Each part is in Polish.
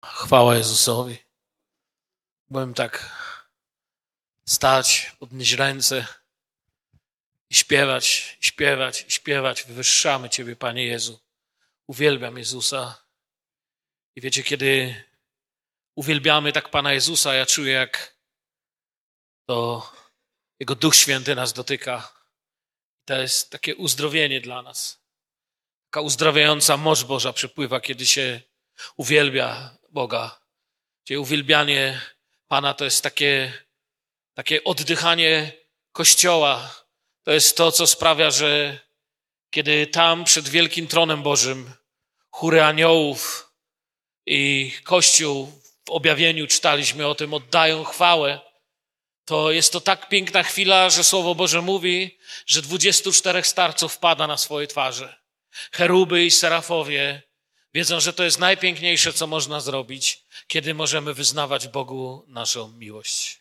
Chwała Jezusowi. Byłem tak stać, podnieść ręce i śpiewać, śpiewać, śpiewać. Wywyższamy Ciebie, Panie Jezu. Uwielbiam Jezusa. I wiecie, kiedy uwielbiamy tak Pana Jezusa, ja czuję, jak to Jego Duch Święty nas dotyka. To jest takie uzdrowienie dla nas. Taka uzdrawiająca moc Boża przypływa, kiedy się uwielbia Boga. Gdzie uwielbianie Pana to jest takie oddychanie Kościoła. To jest to, co sprawia, że kiedy tam przed wielkim tronem Bożym chóry aniołów i Kościół w objawieniu czytaliśmy o tym, oddają chwałę, to jest to tak piękna chwila, że Słowo Boże mówi, że 24 starców pada na swoje twarze. Cheruby i serafowie wiedzą, że to jest najpiękniejsze, co można zrobić, kiedy możemy wyznawać Bogu naszą miłość.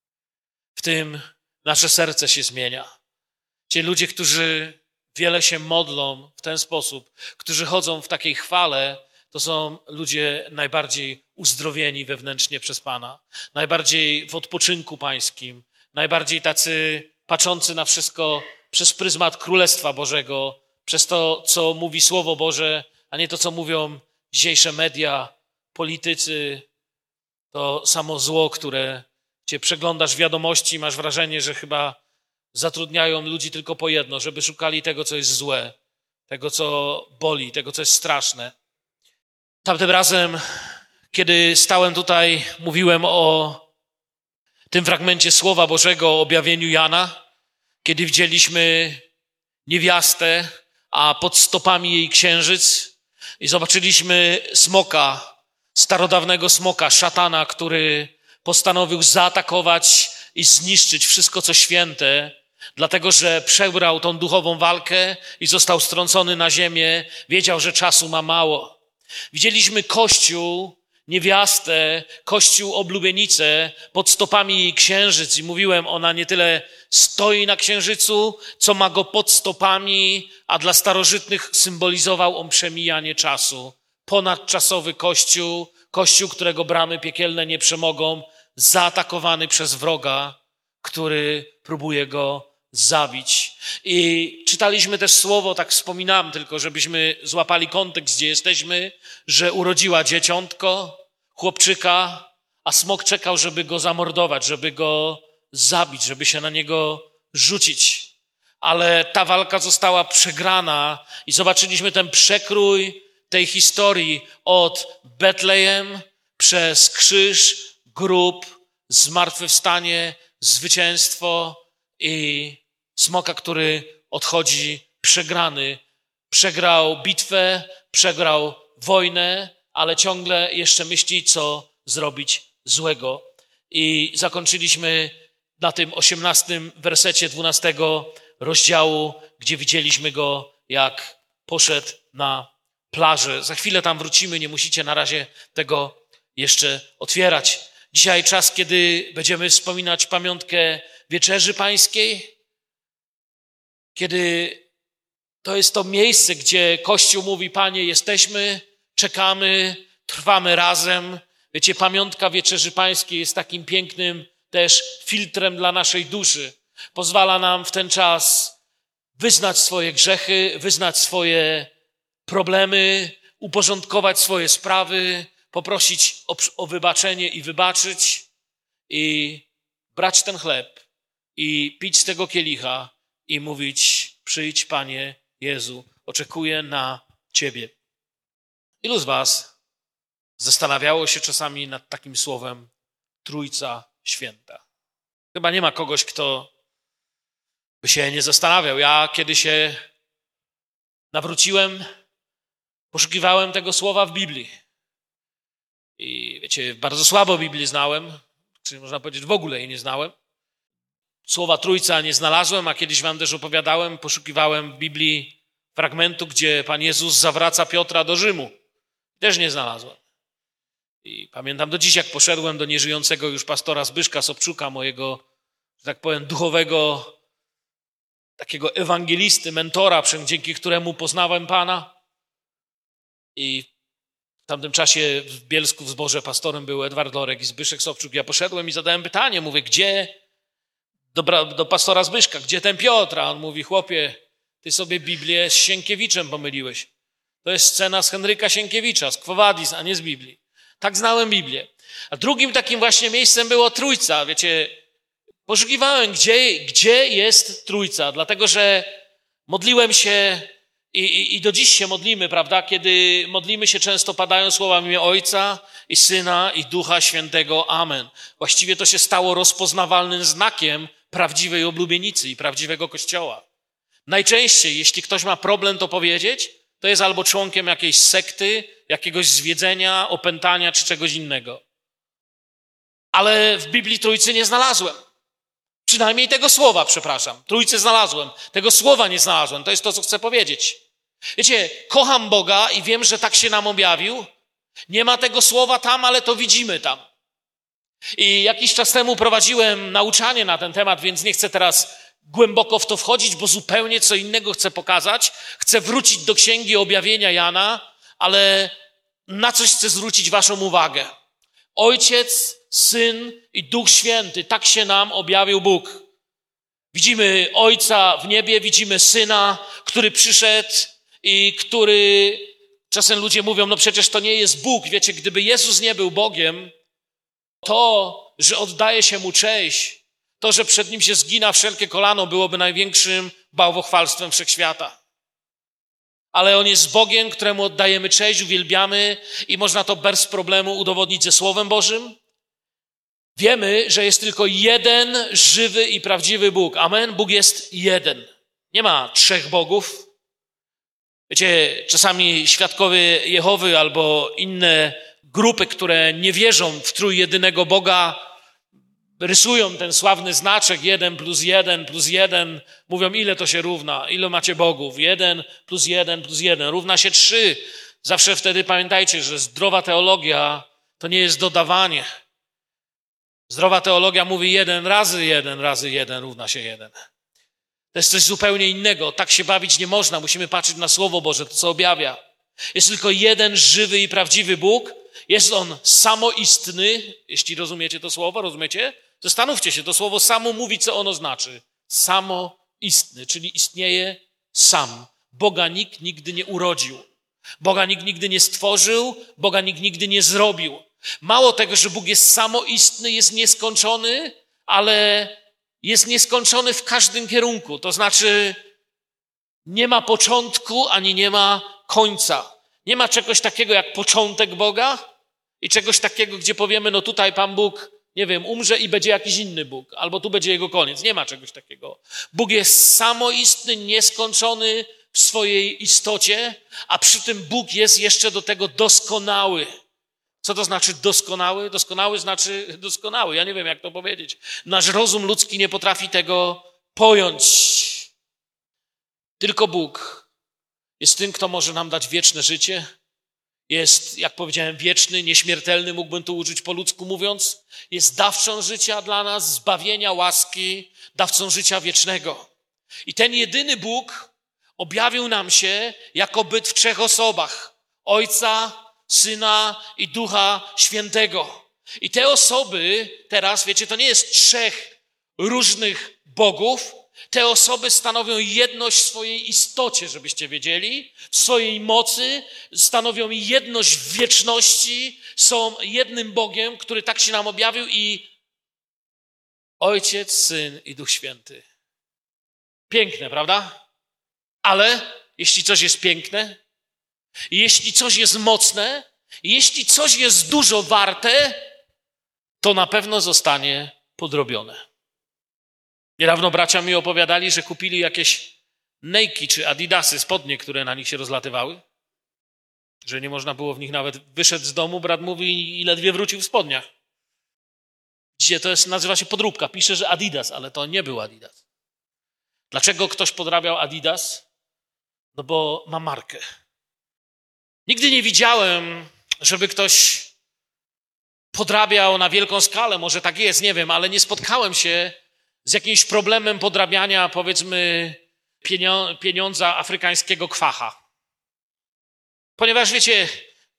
W tym nasze serce się zmienia. Ci ludzie, którzy wiele się modlą w ten sposób, którzy chodzą w takiej chwale, to są ludzie najbardziej uzdrowieni wewnętrznie przez Pana, najbardziej w odpoczynku pańskim, najbardziej tacy patrzący na wszystko przez pryzmat Królestwa Bożego, przez to, co mówi Słowo Boże, a nie to, co mówią dzisiejsze media, politycy, to samo zło, które cię przeglądasz w wiadomości i masz wrażenie, że chyba zatrudniają ludzi tylko po jedno, żeby szukali tego, co jest złe, tego, co boli, tego, co jest straszne. Tamtym razem, kiedy stałem tutaj, mówiłem o tym fragmencie Słowa Bożego, o objawieniu Jana, kiedy widzieliśmy niewiastę, a pod stopami jej księżyc i zobaczyliśmy smoka, starodawnego smoka, szatana, który postanowił zaatakować i zniszczyć wszystko, co święte, dlatego że przebrał tą duchową walkę i został strącony na ziemię, wiedział, że czasu ma mało. Widzieliśmy Kościół, niewiastę, Kościół oblubienicę, pod stopami jej księżyc i mówiłem, ona nie tyle stoi na księżycu, co ma go pod stopami, a dla starożytnych symbolizował on przemijanie czasu. Ponadczasowy Kościół, Kościół, którego bramy piekielne nie przemogą, zaatakowany przez wroga, który próbuje go zabić. I czytaliśmy też słowo, tak wspominałem tylko, żebyśmy złapali kontekst, gdzie jesteśmy, że urodziła dzieciątko, chłopczyka, a smok czekał, żeby go zamordować, żeby go zabić, żeby się na niego rzucić. Ale ta walka została przegrana i zobaczyliśmy ten przekrój tej historii od Betlejem przez krzyż, grób, zmartwychwstanie, zwycięstwo i smoka, który odchodzi przegrany. Przegrał bitwę, przegrał wojnę, ale ciągle jeszcze myśli, co zrobić złego. I zakończyliśmy na tym 18 wersecie 12 rozdziału, gdzie widzieliśmy go, jak poszedł na plażę. Za chwilę tam wrócimy, nie musicie na razie tego jeszcze otwierać. Dzisiaj czas, kiedy będziemy wspominać pamiątkę Wieczerzy Pańskiej, kiedy to jest to miejsce, gdzie Kościół mówi, Panie, jesteśmy, czekamy, trwamy razem. Wiecie, pamiątka Wieczerzy Pańskiej jest takim pięknym też filtrem dla naszej duszy. Pozwala nam w ten czas wyznać swoje grzechy, wyznać swoje problemy, uporządkować swoje sprawy, poprosić o wybaczenie i wybaczyć i brać ten chleb i pić z tego kielicha i mówić, przyjdź, Panie Jezu, oczekuję na Ciebie. Ilu z was zastanawiało się czasami nad takim słowem Trójca Święta? Chyba nie ma kogoś, kto by się nie zastanawiał. Ja kiedy się nawróciłem, poszukiwałem tego słowa w Biblii. I wiecie, bardzo słabo Biblię znałem, czyli można powiedzieć, w ogóle jej nie znałem. Słowa Trójca nie znalazłem, a kiedyś wam też opowiadałem, poszukiwałem w Biblii fragmentu, gdzie Pan Jezus zawraca Piotra do Rzymu. Też nie znalazłem. I pamiętam do dziś, jak poszedłem do nieżyjącego już pastora Zbyszka Sobczuka, mojego, że tak powiem, duchowego, takiego ewangelisty, mentora, dzięki któremu poznałem Pana. I tamtym czasie w Bielsku w Zborze pastorem był Edward Lorek i Zbyszek Sobczuk. Ja poszedłem i zadałem pytanie, mówię, gdzie, do pastora Zbyszka, gdzie ten Piotr? A on mówi, chłopie, ty sobie Biblię z Sienkiewiczem pomyliłeś. To jest scena z Henryka Sienkiewicza, z Quo Vadis, a nie z Biblii. Tak znałem Biblię. A drugim takim właśnie miejscem było Trójca. Wiecie, poszukiwałem, gdzie jest Trójca, dlatego że modliłem się i do dziś się modlimy, prawda? Kiedy modlimy się, często padają słowa w imię Ojca i Syna i Ducha Świętego. Amen. Właściwie to się stało rozpoznawalnym znakiem prawdziwej oblubienicy i prawdziwego Kościoła. Najczęściej, jeśli ktoś ma problem to powiedzieć, to jest albo członkiem jakiejś sekty, jakiegoś zwiedzenia, opętania czy czegoś innego. Ale w Biblii Trójcy nie znalazłem. Przynajmniej tego słowa, przepraszam. Trójcy znalazłem. Tego słowa nie znalazłem. To jest to, co chcę powiedzieć. Wiecie, kocham Boga i wiem, że tak się nam objawił. Nie ma tego słowa tam, ale to widzimy tam. I jakiś czas temu prowadziłem nauczanie na ten temat, więc nie chcę teraz głęboko w to wchodzić, bo zupełnie co innego chcę pokazać. Chcę wrócić do Księgi Objawienia Jana, ale na coś chcę zwrócić waszą uwagę. Ojciec, Syn i Duch Święty. Tak się nam objawił Bóg. Widzimy Ojca w niebie, widzimy Syna, który przyszedł i który... Czasem ludzie mówią, no przecież to nie jest Bóg. Wiecie, gdyby Jezus nie był Bogiem, to, że oddaje się Mu cześć, to, że przed Nim się zgina wszelkie kolano, byłoby największym bałwochwalstwem wszechświata. Ale On jest Bogiem, któremu oddajemy cześć, uwielbiamy i można to bez problemu udowodnić ze Słowem Bożym. Wiemy, że jest tylko jeden żywy i prawdziwy Bóg. Amen? Bóg jest jeden. Nie ma trzech bogów. Wiecie, czasami świadkowie Jehowy albo inne grupy, które nie wierzą w trójjedynego Boga, rysują ten sławny znaczek 1 + 1 + 1. Mówią, ile to się równa? Ile macie bogów? 1 + 1 + 1 równa się 3. Zawsze wtedy pamiętajcie, że zdrowa teologia to nie jest dodawanie. Zdrowa teologia mówi 1 razy 1 razy 1 równa się 1. To jest coś zupełnie innego. Tak się bawić nie można. Musimy patrzeć na Słowo Boże, to co objawia. Jest tylko jeden żywy i prawdziwy Bóg. Jest On samoistny. Jeśli rozumiecie to słowo, rozumiecie? Zastanówcie się, to słowo samo mówi, co ono znaczy. Samoistny, czyli istnieje sam. Boga nikt nigdy nie urodził. Boga nikt nigdy nie stworzył. Boga nikt nigdy nie zrobił. Mało tego, że Bóg jest samoistny, jest nieskończony, ale jest nieskończony w każdym kierunku. To znaczy nie ma początku, ani nie ma końca. Nie ma czegoś takiego jak początek Boga i czegoś takiego, gdzie powiemy, no tutaj Pan Bóg, nie wiem, umrze i będzie jakiś inny Bóg, albo tu będzie Jego koniec. Nie ma czegoś takiego. Bóg jest samoistny, nieskończony w swojej istocie, a przy tym Bóg jest jeszcze do tego doskonały. Co to znaczy doskonały? Doskonały znaczy doskonały. Ja nie wiem, jak to powiedzieć. Nasz rozum ludzki nie potrafi tego pojąć. Tylko Bóg jest tym, kto może nam dać wieczne życie. Jest, jak powiedziałem, wieczny, nieśmiertelny, mógłbym tu użyć po ludzku mówiąc. Jest dawcą życia dla nas, zbawienia, łaski, dawcą życia wiecznego. I ten jedyny Bóg objawił nam się jako byt w 3 osobach. Ojca, Syna i Ducha Świętego. I te osoby teraz, wiecie, to nie jest 3 różnych bogów. Te osoby stanowią jedność w swojej istocie, żebyście wiedzieli, w swojej mocy, stanowią jedność w wieczności, są jednym Bogiem, który tak się nam objawił i Ojciec, Syn i Duch Święty. Piękne, prawda? Ale jeśli coś jest piękne, jeśli coś jest mocne, jeśli coś jest dużo warte, to na pewno zostanie podrobione. Niedawno bracia mi opowiadali, że kupili jakieś Nike czy Adidasy, spodnie, które na nich się rozlatywały. Że nie można było w nich nawet... Wyszedł z domu, brat mówi i ledwie wrócił w spodniach. Dzisiaj to nazywa się podróbka. Pisze, że Adidas, ale to nie był Adidas. Dlaczego ktoś podrabiał Adidas? No bo ma markę. Nigdy nie widziałem, żeby ktoś podrabiał na wielką skalę. Może tak jest, nie wiem, ale nie spotkałem się z jakimś problemem podrabiania, powiedzmy, pieniądza afrykańskiego kwacha. Ponieważ, wiecie,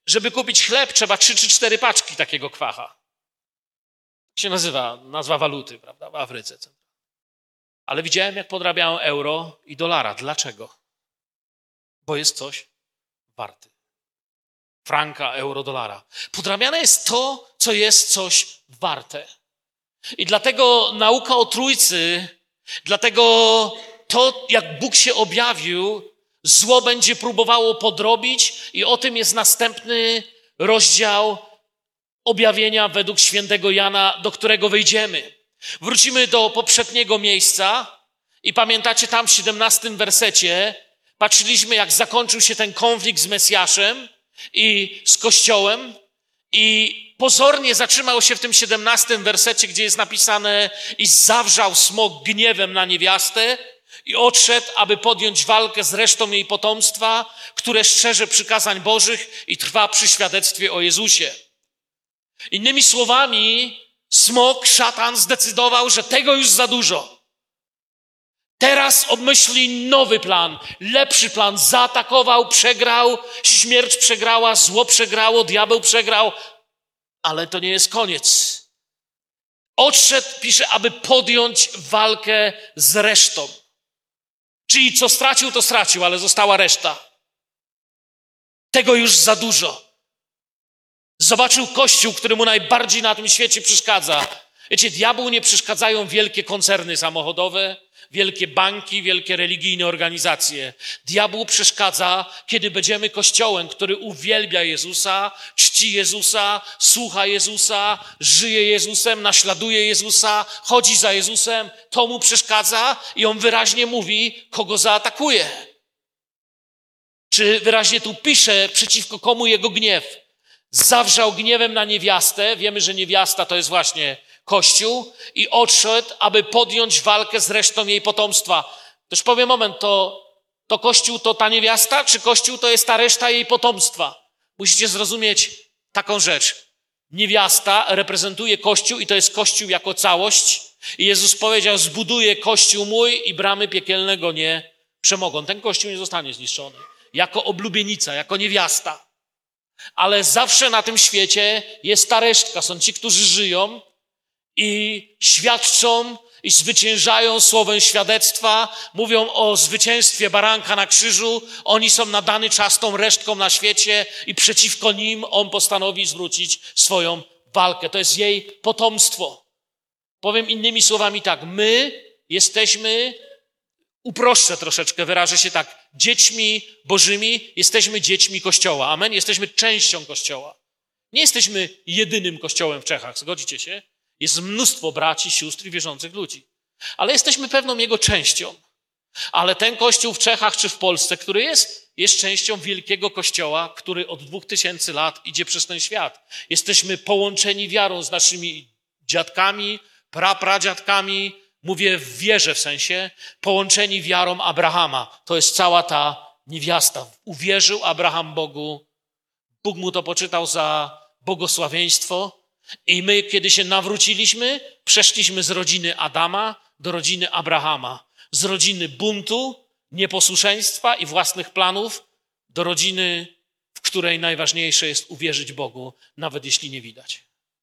żeby kupić chleb, trzeba 3 czy 4 paczki takiego kwacha. Tak się nazywa, nazwa waluty, prawda, w Afryce. Ale widziałem, jak podrabiają euro i dolara. Dlaczego? Bo jest coś warty. Franka, euro, dolara. Podrabiane jest to, co jest coś warte. I dlatego nauka o Trójcy, dlatego to, jak Bóg się objawił, zło będzie próbowało podrobić i o tym jest następny rozdział objawienia według świętego Jana, do którego wejdziemy. Wrócimy do poprzedniego miejsca i pamiętacie, tam w 17 wersecie patrzyliśmy, jak zakończył się ten konflikt z Mesjaszem i z Kościołem i pozornie zatrzymał się w tym 17 wersecie, gdzie jest napisane: i zawrzał smok gniewem na niewiastę i odszedł, aby podjąć walkę z resztą jej potomstwa, które strzeże przykazań Bożych i trwa przy świadectwie o Jezusie. Innymi słowami, smok, szatan zdecydował, że tego już za dużo. Teraz obmyśli nowy plan, lepszy plan. Zaatakował, przegrał, śmierć przegrała, zło przegrało, diabeł przegrał, ale to nie jest koniec. Odszedł, pisze, aby podjąć walkę z resztą. Czyli co stracił, to stracił, ale została reszta. Tego już za dużo. Zobaczył Kościół, który mu najbardziej na tym świecie przeszkadza. Wiecie, diabłu nie przeszkadzają wielkie koncerny samochodowe, wielkie banki, wielkie religijne organizacje. Diabłu przeszkadza, kiedy będziemy Kościołem, który uwielbia Jezusa, czci Jezusa, słucha Jezusa, żyje Jezusem, naśladuje Jezusa, chodzi za Jezusem. To mu przeszkadza i on wyraźnie mówi, kogo zaatakuje. Czy wyraźnie tu pisze, przeciwko komu jego gniew. Zawrzał gniewem na niewiastę. Wiemy, że niewiasta to jest właśnie Kościół i odszedł, aby podjąć walkę z resztą jej potomstwa. Też powiem moment, to Kościół to ta niewiasta, czy Kościół to jest ta reszta jej potomstwa? Musicie zrozumieć taką rzecz. Niewiasta reprezentuje Kościół i to jest Kościół jako całość. I Jezus powiedział, zbuduję Kościół mój i bramy piekielnego nie przemogą. Ten Kościół nie zostanie zniszczony. Jako oblubienica, jako niewiasta. Ale zawsze na tym świecie jest ta resztka. Są ci, którzy żyją i świadczą i zwyciężają słowem świadectwa, mówią o zwycięstwie baranka na krzyżu. Oni są na dany czas tą resztką na świecie i przeciwko nim on postanowi zwrócić swoją walkę. To jest jej potomstwo. Powiem innymi słowami tak, my jesteśmy, uproszczę troszeczkę, wyrażę się tak, dziećmi bożymi, jesteśmy dziećmi Kościoła. Amen? Jesteśmy częścią Kościoła. Nie jesteśmy jedynym Kościołem w Czechach, zgodzicie się? Jest mnóstwo braci, sióstr i wierzących ludzi. Ale jesteśmy pewną jego częścią. Ale ten Kościół w Czechach czy w Polsce, który jest częścią wielkiego Kościoła, który od 2000 lat idzie przez ten świat. Jesteśmy połączeni wiarą z naszymi dziadkami, pradziadkami, mówię w wierze w sensie, połączeni wiarą Abrahama. To jest cała ta niewiasta. Uwierzył Abraham Bogu, Bóg mu to poczytał za błogosławieństwo i my, kiedy się nawróciliśmy, przeszliśmy z rodziny Adama do rodziny Abrahama. Z rodziny buntu, nieposłuszeństwa i własnych planów do rodziny, w której najważniejsze jest uwierzyć Bogu, nawet jeśli nie widać.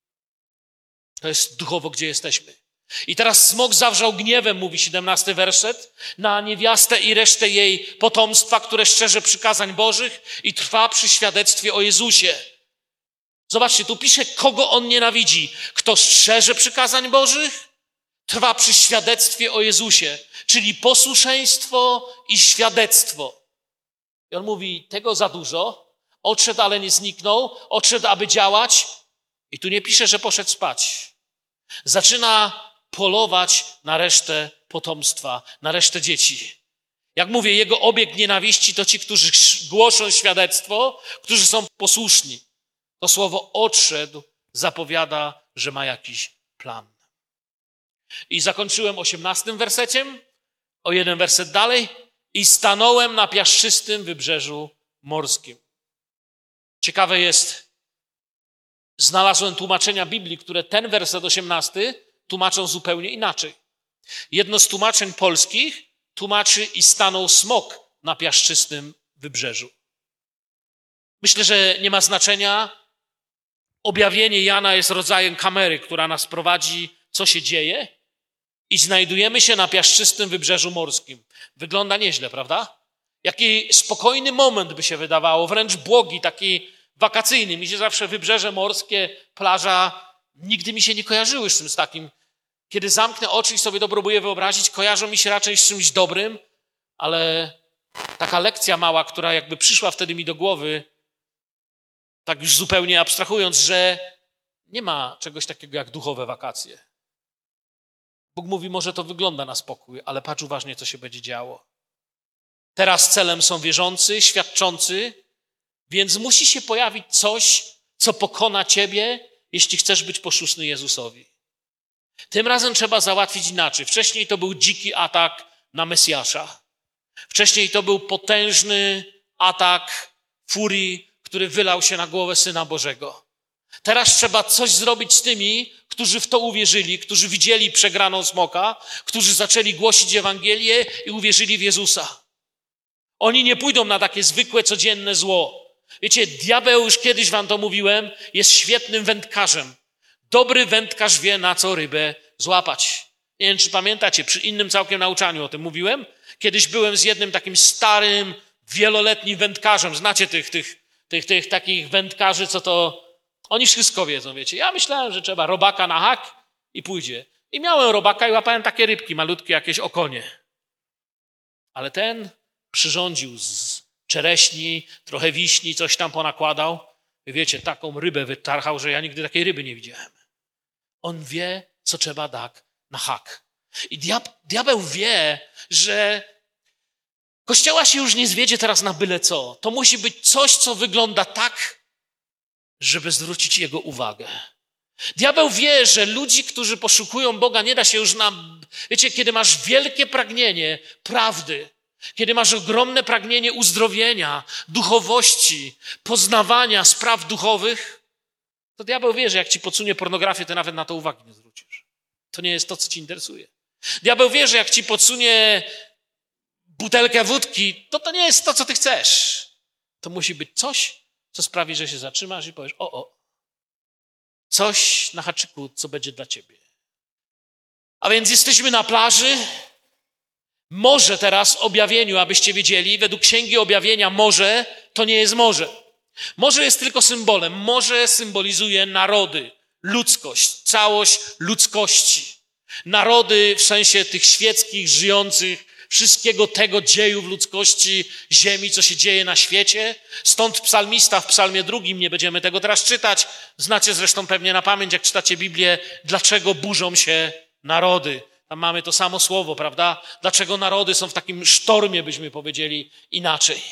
To jest duchowo, gdzie jesteśmy. I teraz smok zawrzał gniewem, mówi 17 werset, na niewiastę i resztę jej potomstwa, które strzeże przykazań Bożych i trwa przy świadectwie o Jezusie. Zobaczcie, tu pisze, kogo on nienawidzi. Kto strzeże przykazań Bożych, trwa przy świadectwie o Jezusie, czyli posłuszeństwo i świadectwo. I on mówi, tego za dużo, odszedł, ale nie zniknął, odszedł, aby działać i tu nie pisze, że poszedł spać. Zaczyna polować na resztę potomstwa, na resztę dzieci. Jak mówię, jego obiekt nienawiści to ci, którzy głoszą świadectwo, którzy są posłuszni. To słowo odszedł zapowiada, że ma jakiś plan. I zakończyłem 18 werseciem, o jeden werset dalej. I stanąłem na piaszczystym wybrzeżu morskim. Ciekawe jest, znalazłem tłumaczenia Biblii, które ten werset 18 tłumaczą zupełnie inaczej. Jedno z tłumaczeń polskich tłumaczy i stanął smok na piaszczystym wybrzeżu. Myślę, że nie ma znaczenia. Objawienie Jana jest rodzajem kamery, która nas prowadzi, co się dzieje, i znajdujemy się na piaszczystym wybrzeżu morskim. Wygląda nieźle, prawda? Jaki spokojny moment by się wydawało, wręcz błogi, taki wakacyjny. Mi się zawsze wybrzeże morskie, plaża, nigdy mi się nie kojarzyły z czymś takim. Kiedy zamknę oczy i sobie to próbuję wyobrazić, kojarzą mi się raczej z czymś dobrym, ale taka lekcja mała, która jakby przyszła wtedy mi do głowy, tak już zupełnie abstrahując, że nie ma czegoś takiego jak duchowe wakacje. Bóg mówi, może to wygląda na spokój, ale patrz uważnie, co się będzie działo. Teraz celem są wierzący, świadczący, więc musi się pojawić coś, co pokona ciebie, jeśli chcesz być posłuszny Jezusowi. Tym razem trzeba załatwić inaczej. Wcześniej to był dziki atak na Mesjasza. Wcześniej to był potężny atak furii, który wylał się na głowę Syna Bożego. Teraz trzeba coś zrobić z tymi, którzy w to uwierzyli, którzy widzieli przegraną smoka, którzy zaczęli głosić Ewangelię i uwierzyli w Jezusa. Oni nie pójdą na takie zwykłe, codzienne zło. Wiecie, diabeł, już kiedyś wam to mówiłem, jest świetnym wędkarzem. Dobry wędkarz wie, na co rybę złapać. Nie wiem, czy pamiętacie, przy innym całkiem nauczaniu o tym mówiłem. Kiedyś byłem z jednym takim starym, wieloletnim wędkarzem. Znacie tych takich wędkarzy, co to... Oni wszystko wiedzą, wiecie. Ja myślałem, że trzeba robaka na hak i pójdzie. I miałem robaka i łapałem takie rybki malutkie, jakieś okonie. Ale ten przyrządził z czereśni, trochę wiśni, coś tam ponakładał. I wiecie, taką rybę wytarchał, że ja nigdy takiej ryby nie widziałem. On wie, co trzeba dać na hak. I diabeł wie, że Kościoła się już nie zwiedzie teraz na byle co. To musi być coś, co wygląda tak, żeby zwrócić jego uwagę. Diabeł wie, że ludzi, którzy poszukują Boga, nie da się już Wiecie, kiedy masz wielkie pragnienie prawdy, kiedy masz ogromne pragnienie uzdrowienia, duchowości, poznawania spraw duchowych, to diabeł wie, że jak ci podsunie pornografię, to nawet na to uwagi nie zwrócisz. To nie jest to, co ci interesuje. Diabeł wie, że jak ci podsunie butelkę wódki, to nie jest to, co ty chcesz. To musi być coś, co sprawi, że się zatrzymasz i powiesz, coś na haczyku, co będzie dla ciebie. A więc jesteśmy na plaży. Morze teraz w objawieniu, abyście wiedzieli, według Księgi Objawienia morze to nie jest morze. Morze jest tylko symbolem. Morze symbolizuje narody, ludzkość, całość ludzkości. Narody w sensie tych świeckich, żyjących, wszystkiego tego dziejów ludzkości, ziemi, co się dzieje na świecie. Stąd psalmista w psalmie 2, nie będziemy tego teraz czytać, znacie zresztą pewnie na pamięć, jak czytacie Biblię, dlaczego burzą się narody. Tam mamy to samo słowo, prawda? Dlaczego narody są w takim sztormie, byśmy powiedzieli inaczej.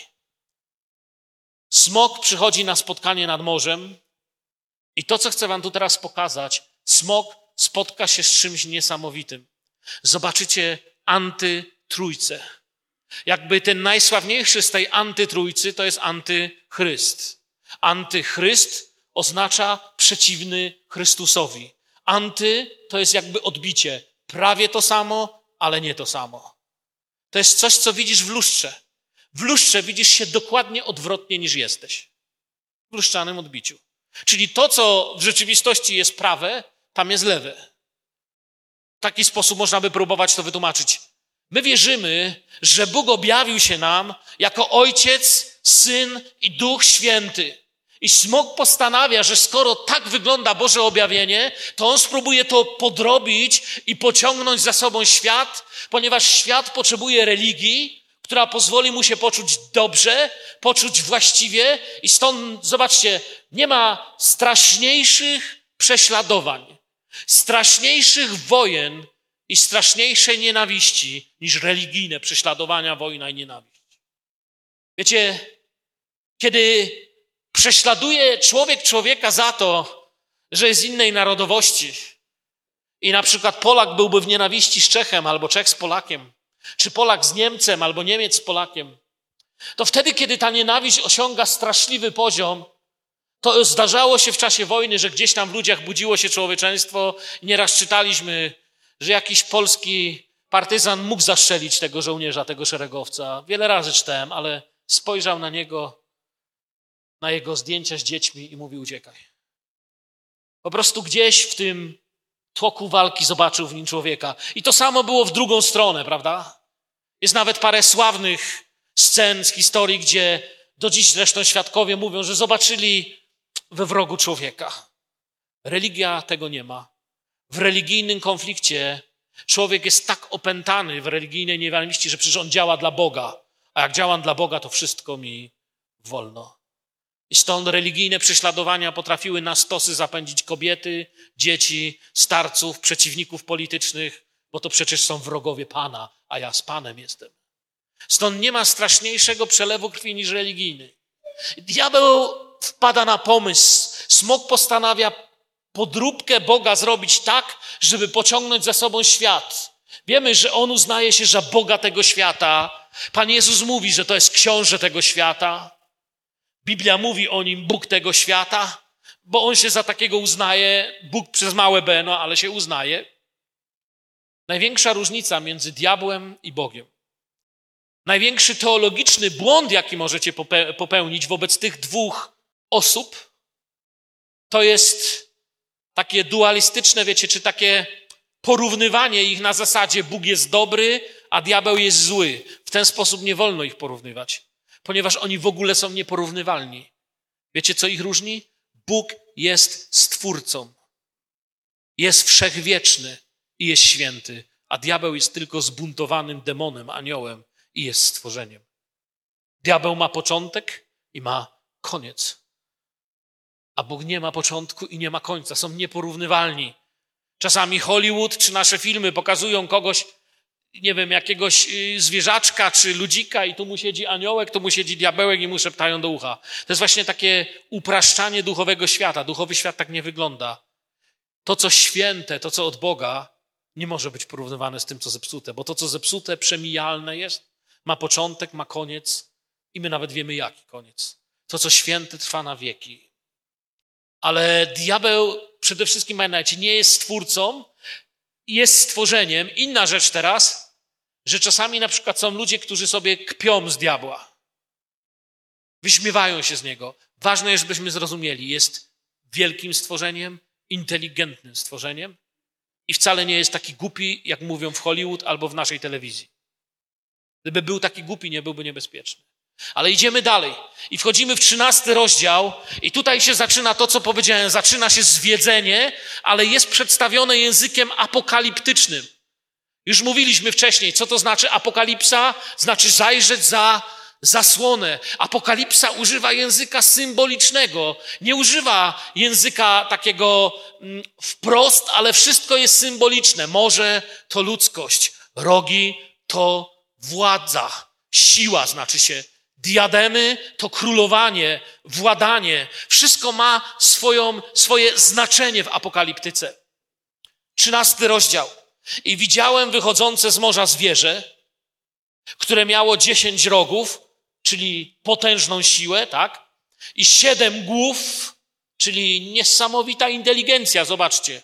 Smok przychodzi na spotkanie nad morzem i to, co chcę wam tu teraz pokazać, smok spotka się z czymś niesamowitym. Zobaczycie antytrójcę. Jakby ten najsławniejszy z tej antytrójcy to jest antychryst. Antychryst oznacza przeciwny Chrystusowi. Anty to jest jakby odbicie. Prawie to samo, ale nie to samo. To jest coś, co widzisz w lustrze. W lustrze widzisz się dokładnie odwrotnie niż jesteś. W lustrzanym odbiciu. Czyli to, co w rzeczywistości jest prawe, tam jest lewe. W taki sposób można by próbować to wytłumaczyć. My wierzymy, że Bóg objawił się nam jako Ojciec, Syn i Duch Święty. I smok postanawia, że skoro tak wygląda Boże objawienie, to on spróbuje to podrobić i pociągnąć za sobą świat, ponieważ świat potrzebuje religii, która pozwoli mu się poczuć dobrze, poczuć właściwie i stąd, zobaczcie, nie ma straszniejszych prześladowań, straszniejszych wojen i straszniejszej nienawiści niż religijne prześladowania, wojna i nienawiść. Wiecie, kiedy prześladuje człowiek człowieka za to, że jest innej narodowości i na przykład Polak byłby w nienawiści z Czechem albo Czech z Polakiem, czy Polak z Niemcem albo Niemiec z Polakiem, to wtedy, kiedy ta nienawiść osiąga straszliwy poziom, to zdarzało się w czasie wojny, że gdzieś tam w ludziach budziło się człowieczeństwo i nieraz czytaliśmy, że jakiś polski partyzan mógł zastrzelić tego żołnierza, tego szeregowca. Wiele razy czytałem, ale spojrzał na niego na jego zdjęcia z dziećmi i mówi uciekaj. Po prostu gdzieś w tym tłoku walki zobaczył w nim człowieka. I to samo było w drugą stronę, prawda? Jest nawet parę sławnych scen z historii, gdzie do dziś zresztą świadkowie mówią, że zobaczyli we wrogu człowieka. Religia tego nie ma. W religijnym konflikcie człowiek jest tak opętany w religijnej nienawiści, że przecież on działa dla Boga. A jak działam dla Boga, to wszystko mi wolno. I stąd religijne prześladowania potrafiły na stosy zapędzić kobiety, dzieci, starców, przeciwników politycznych, bo to przecież są wrogowie Pana, a ja z Panem jestem. Stąd nie ma straszniejszego przelewu krwi niż religijny. Diabeł wpada na pomysł. Smok postanawia podróbkę Boga zrobić tak, żeby pociągnąć za sobą świat. Wiemy, że on uznaje się za Boga tego świata. Pan Jezus mówi, że to jest książę tego świata. Biblia mówi o nim Bóg tego świata, bo on się za takiego uznaje. Bóg przez małe b, no ale się uznaje. Największa różnica między diabłem i Bogiem. Największy teologiczny błąd, jaki możecie popełnić wobec tych dwóch osób, to jest takie dualistyczne, wiecie, czy takie porównywanie ich na zasadzie Bóg jest dobry, a diabeł jest zły. W ten sposób nie wolno ich porównywać, ponieważ oni w ogóle są nieporównywalni. Wiecie, co ich różni? Bóg jest stwórcą, jest wszechwieczny i jest święty, a diabeł jest tylko zbuntowanym demonem, aniołem i jest stworzeniem. Diabeł ma początek i ma koniec, a Bóg nie ma początku i nie ma końca. Są nieporównywalni. Czasami Hollywood czy nasze filmy pokazują kogoś, nie wiem, jakiegoś zwierzaczka czy ludzika i tu mu siedzi aniołek, tu mu siedzi diabełek i mu szeptają do ucha. To jest właśnie takie upraszczanie duchowego świata. Duchowy świat tak nie wygląda. To, co święte, to, co od Boga, nie może być porównywane z tym, co zepsute, bo to, co zepsute, przemijalne jest, ma początek, ma koniec i my nawet wiemy, jaki koniec. To, co święte, trwa na wieki. Ale diabeł przede wszystkim, pamiętajcie, nie jest stwórcą, jest stworzeniem. Inna rzecz teraz, że czasami na przykład są ludzie, którzy sobie kpią z diabła. Wyśmiewają się z niego. Ważne jest, żebyśmy zrozumieli, jest wielkim stworzeniem, inteligentnym stworzeniem i wcale nie jest taki głupi, jak mówią w Hollywood albo w naszej telewizji. Gdyby był taki głupi, nie byłby niebezpieczny. Ale idziemy dalej i wchodzimy w 13 rozdział i tutaj się zaczyna to, co powiedziałem. Zaczyna się zwiedzenie, ale jest przedstawione językiem apokaliptycznym. Już mówiliśmy wcześniej, co to znaczy apokalipsa? Znaczy zajrzeć za zasłonę. Apokalipsa używa języka symbolicznego. Nie używa języka takiego wprost, ale wszystko jest symboliczne. Morze to ludzkość, rogi to władza, siła znaczy się. Diademy to królowanie, władanie. Wszystko ma swoje znaczenie w apokaliptyce. 13 rozdział. I widziałem wychodzące z morza zwierzę, które miało 10 rogów, czyli potężną siłę, tak? I 7 głów, czyli niesamowita inteligencja, zobaczcie.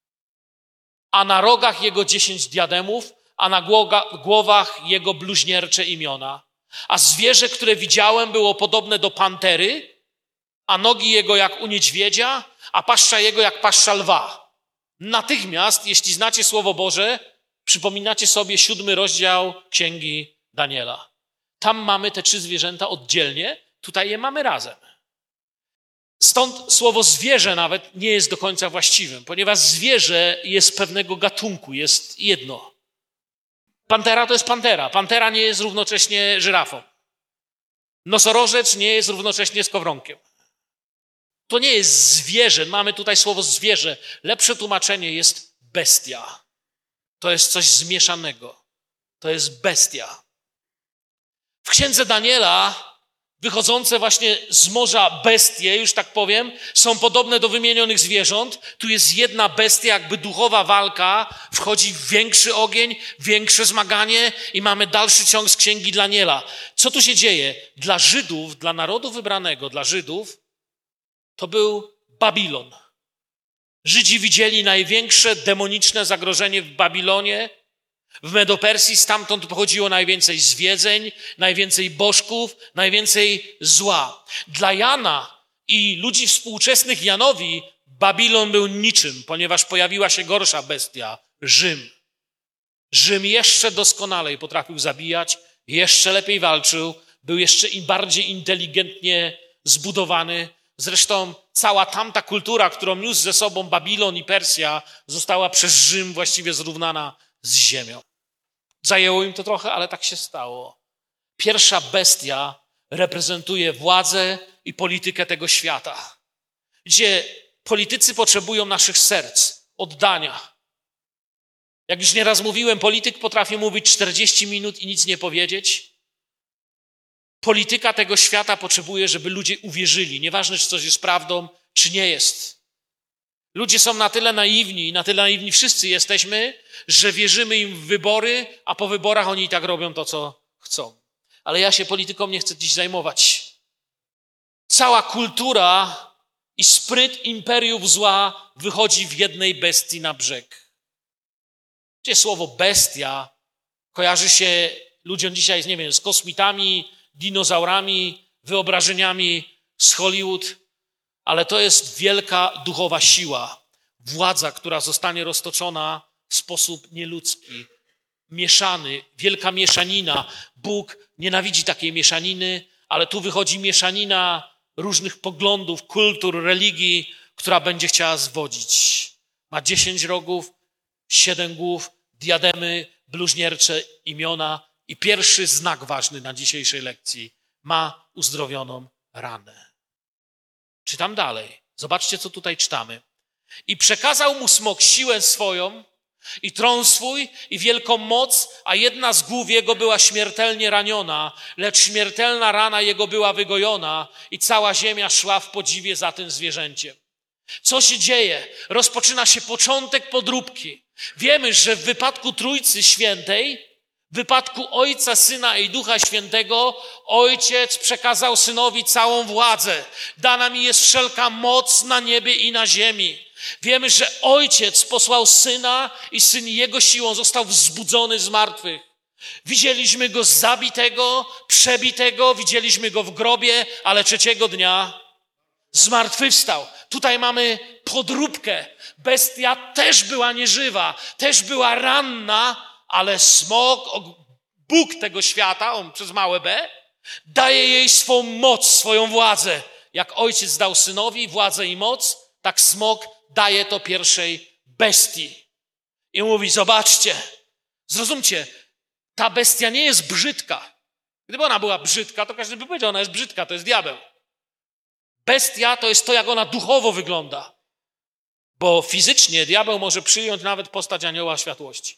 A na rogach jego 10 diademów, a na głowach jego bluźniercze imiona. A zwierzę, które widziałem, było podobne do pantery, a nogi jego jak u niedźwiedzia, a paszcza jego jak paszcza lwa. Natychmiast, jeśli znacie Słowo Boże, przypominacie sobie 7 rozdział Księgi Daniela. Tam mamy te 3 zwierzęta oddzielnie, tutaj je mamy razem. Stąd słowo zwierzę nawet nie jest do końca właściwym, ponieważ zwierzę jest pewnego gatunku, jest jedno. Pantera to jest pantera. Pantera nie jest równocześnie żyrafą. Nosorożec nie jest równocześnie skowronkiem. To nie jest zwierzę. Mamy tutaj słowo zwierzę. Lepsze tłumaczenie jest bestia. To jest coś zmieszanego. To jest bestia. W Księdze Daniela wychodzące właśnie z morza bestie, już tak powiem, są podobne do wymienionych zwierząt. Tu jest jedna bestia, jakby duchowa walka, wchodzi w większy ogień, większe zmaganie i mamy dalszy ciąg z Księgi Daniela. Co tu się dzieje? Dla Żydów, dla narodu wybranego, dla Żydów, to był Babilon. Żydzi widzieli największe demoniczne zagrożenie w Babilonie W Medopersji stamtąd pochodziło najwięcej zwiedzeń, najwięcej bożków, najwięcej zła. Dla Jana i ludzi współczesnych Janowi Babilon był niczym, ponieważ pojawiła się gorsza bestia, Rzym. Rzym jeszcze doskonalej potrafił zabijać, jeszcze lepiej walczył, był jeszcze i bardziej inteligentnie zbudowany. Zresztą cała tamta kultura, którą niósł ze sobą Babilon i Persja, została przez Rzym właściwie zrównana z ziemią. Zajęło im to trochę, ale tak się stało. Pierwsza bestia reprezentuje władzę i politykę tego świata, gdzie politycy potrzebują naszych serc, oddania. Jak już nieraz mówiłem, polityk potrafi mówić 40 minut i nic nie powiedzieć. Polityka tego świata potrzebuje, żeby ludzie uwierzyli. Nieważne, czy coś jest prawdą, czy nie jest. Ludzie są na tyle naiwni, i na tyle naiwni wszyscy jesteśmy, że wierzymy im w wybory, a po wyborach oni i tak robią to, co chcą. Ale ja się polityką nie chcę dziś zajmować. Cała kultura i spryt imperiów zła wychodzi w jednej bestii na brzeg. Gdzie słowo bestia kojarzy się ludziom dzisiaj, nie wiem, z kosmitami, dinozaurami, wyobrażeniami z Hollywood, ale to jest wielka duchowa siła, władza, która zostanie roztoczona w sposób nieludzki, mieszany, wielka mieszanina. Bóg nienawidzi takiej mieszaniny, ale tu wychodzi mieszanina różnych poglądów, kultur, religii, która będzie chciała zwodzić. Ma 10 rogów, 7 głów, diademy, bluźniercze imiona i pierwszy znak ważny na dzisiejszej lekcji. Ma uzdrowioną ranę. Czytam dalej. Zobaczcie, co tutaj czytamy. I przekazał mu smok siłę swoją i tron swój i wielką moc, a jedna z głów jego była śmiertelnie raniona, lecz śmiertelna rana jego była wygojona i cała ziemia szła w podziwie za tym zwierzęciem. Co się dzieje? Rozpoczyna się początek podróbki. Wiemy, że w wypadku Trójcy Świętej, w wypadku Ojca, Syna i Ducha Świętego, Ojciec przekazał Synowi całą władzę. Dana mi jest wszelka moc na niebie i na ziemi. Wiemy, że Ojciec posłał Syna i Syn Jego siłą został wzbudzony z martwych. Widzieliśmy Go zabitego, przebitego, widzieliśmy Go w grobie, ale trzeciego dnia zmartwychwstał. Tutaj mamy podróbkę. Bestia też była nieżywa, też była ranna, ale smok, Bóg tego świata, on przez małe b, daje jej swą moc, swoją władzę. Jak Ojciec dał Synowi władzę i moc, tak smok daje to pierwszej bestii. I mówi, zobaczcie, zrozumcie, ta bestia nie jest brzydka. Gdyby ona była brzydka, to każdy by powiedział, ona jest brzydka, to jest diabeł. Bestia to jest to, jak ona duchowo wygląda. Bo fizycznie diabeł może przyjąć nawet postać anioła światłości.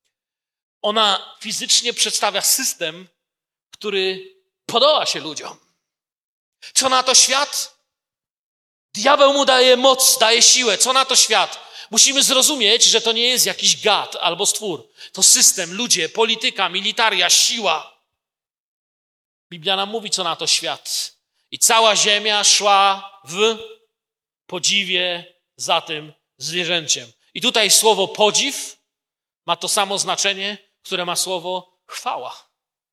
Ona fizycznie przedstawia system, który podoba się ludziom. Co na to świat? Diabeł mu daje moc, daje siłę. Co na to świat? Musimy zrozumieć, że to nie jest jakiś gad albo stwór. To system, ludzie, polityka, militaria, siła. Biblia nam mówi, co na to świat. I cała ziemia szła w podziwie za tym zwierzęciem. I tutaj słowo podziw ma to samo znaczenie, które ma słowo chwała.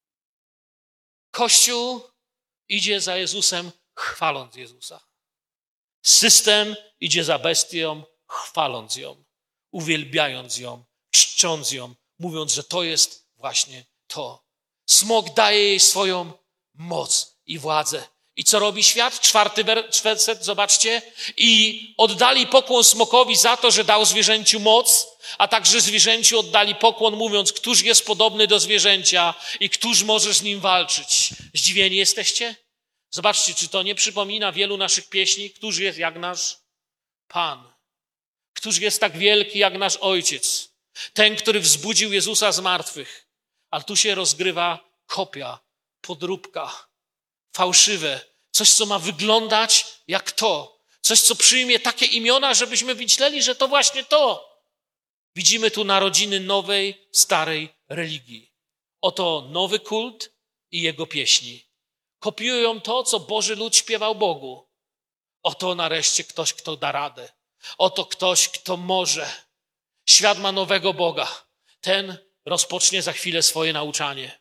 Kościół idzie za Jezusem, chwaląc Jezusa. System idzie za bestią, chwaląc ją, uwielbiając ją, czcząc ją, mówiąc, że to jest właśnie to. Smok daje jej swoją moc i władzę. I co robi świat? 4 werset, zobaczcie. I oddali pokłon smokowi za to, że dał zwierzęciu moc, a także zwierzęciu oddali pokłon, mówiąc, któż jest podobny do zwierzęcia i któż może z nim walczyć. Zdziwieni jesteście? Zobaczcie, czy to nie przypomina wielu naszych pieśni, któż jest jak nasz Pan. Któż jest tak wielki jak nasz Ojciec. Ten, który wzbudził Jezusa z martwych. Ale tu się rozgrywa kopia, podróbka. Fałszywe, coś, co ma wyglądać jak to. Coś, co przyjmie takie imiona, żebyśmy myśleli, że to właśnie to. Widzimy tu narodziny nowej, starej religii. Oto nowy kult i jego pieśni. Kopiują to, co Boży lud śpiewał Bogu. Oto nareszcie ktoś, kto da radę. Oto ktoś, kto może. Świat ma nowego Boga. Ten rozpocznie za chwilę swoje nauczanie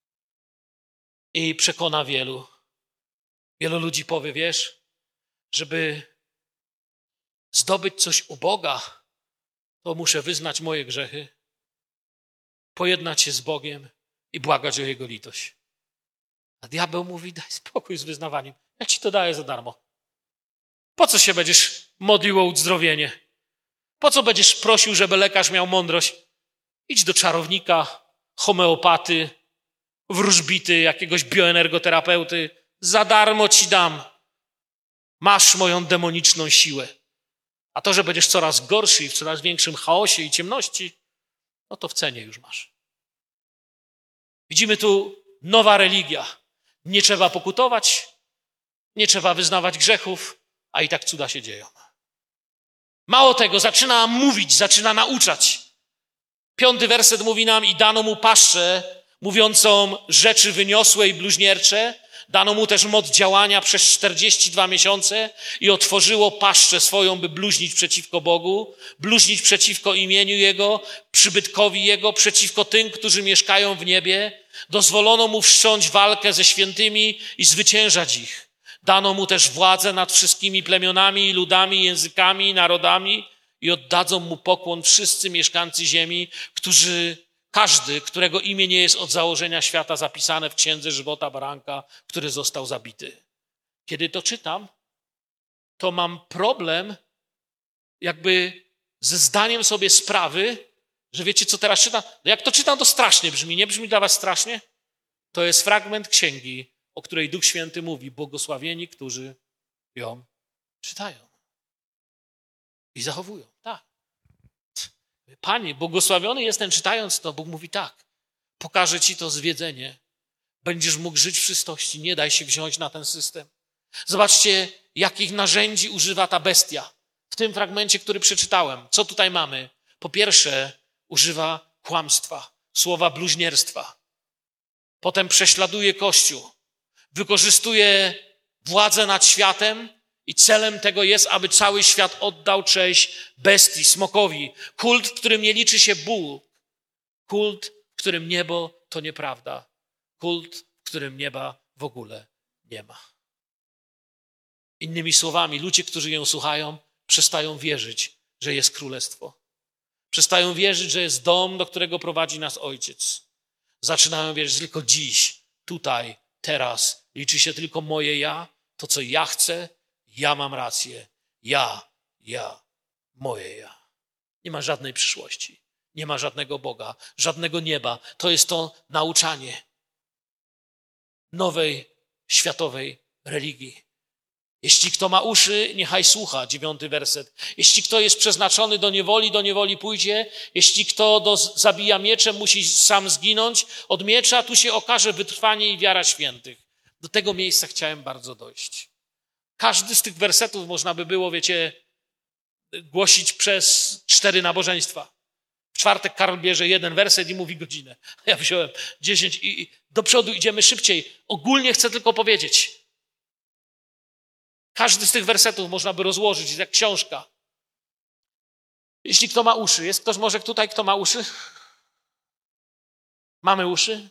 i przekona wielu. Wielu ludzi powie, wiesz, żeby zdobyć coś u Boga, to muszę wyznać moje grzechy, pojednać się z Bogiem i błagać o Jego litość. A diabeł mówi, daj spokój z wyznawaniem. Ja ci to daję za darmo. Po co się będziesz modlił o uzdrowienie? Po co będziesz prosił, żeby lekarz miał mądrość? Idź do czarownika, homeopaty, wróżbity, jakiegoś bioenergoterapeuty. Za darmo ci dam. Masz moją demoniczną siłę. A to, że będziesz coraz gorszy i w coraz większym chaosie i ciemności, no to w cenie już masz. Widzimy tu nowa religia. Nie trzeba pokutować, nie trzeba wyznawać grzechów, a i tak cuda się dzieją. Mało tego, zaczyna mówić, zaczyna nauczać. 5. werset mówi nam: i dano mu paszczę mówiącą rzeczy wyniosłe i bluźniercze. Dano mu też moc działania przez 42 miesiące i otworzyło paszczę swoją, by bluźnić przeciwko Bogu, bluźnić przeciwko imieniu Jego, przybytkowi Jego, przeciwko tym, którzy mieszkają w niebie. Dozwolono mu wszcząć walkę ze świętymi i zwyciężać ich. Dano mu też władzę nad wszystkimi plemionami, ludami, językami, narodami i oddadzą mu pokłon wszyscy mieszkańcy ziemi, każdy, którego imię nie jest od założenia świata zapisane w księdze żywota baranka, który został zabity. Kiedy to czytam, to mam problem jakby ze zdaniem sobie sprawy, że wiecie, co teraz czytam? No jak to czytam, to strasznie brzmi. Nie brzmi dla was strasznie? To jest fragment księgi, o której Duch Święty mówi: błogosławieni, którzy ją czytają i zachowują. Tak. Panie, błogosławiony jestem czytając to. Bóg mówi tak: pokażę ci to zwiedzenie. Będziesz mógł żyć w czystości. Nie daj się wziąć na ten system. Zobaczcie, jakich narzędzi używa ta bestia. W tym fragmencie, który przeczytałem. Co tutaj mamy? Po pierwsze, używa kłamstwa, słowa bluźnierstwa. Potem prześladuje Kościół. Wykorzystuje władzę nad światem i celem tego jest, aby cały świat oddał cześć bestii, smokowi. Kult, w którym nie liczy się Bóg. Kult, w którym niebo to nieprawda. Kult, w którym nieba w ogóle nie ma. Innymi słowami, ludzie, którzy ją słuchają, przestają wierzyć, że jest królestwo. Przestają wierzyć, że jest dom, do którego prowadzi nas Ojciec. Zaczynają wierzyć, że tylko dziś, tutaj, teraz liczy się tylko moje ja, to co ja chcę, ja mam rację. Ja, moje ja. Nie ma żadnej przyszłości. Nie ma żadnego Boga, żadnego nieba. To jest to nauczanie nowej, światowej religii. Jeśli kto ma uszy, niechaj słucha, 9. werset. Jeśli kto jest przeznaczony do niewoli pójdzie. Jeśli kto zabija mieczem, musi sam zginąć od miecza. Tu się okaże wytrwanie i wiara świętych. Do tego miejsca chciałem bardzo dojść. Każdy z tych wersetów można by było, wiecie, głosić przez 4 nabożeństwa. W czwartek Karl bierze 1 werset i mówi godzinę. Ja wziąłem 10 i do przodu idziemy szybciej. Ogólnie chcę tylko powiedzieć. Każdy z tych wersetów można by rozłożyć, jest jak książka. Jeśli kto ma uszy, jest ktoś może tutaj, kto ma uszy? Mamy uszy?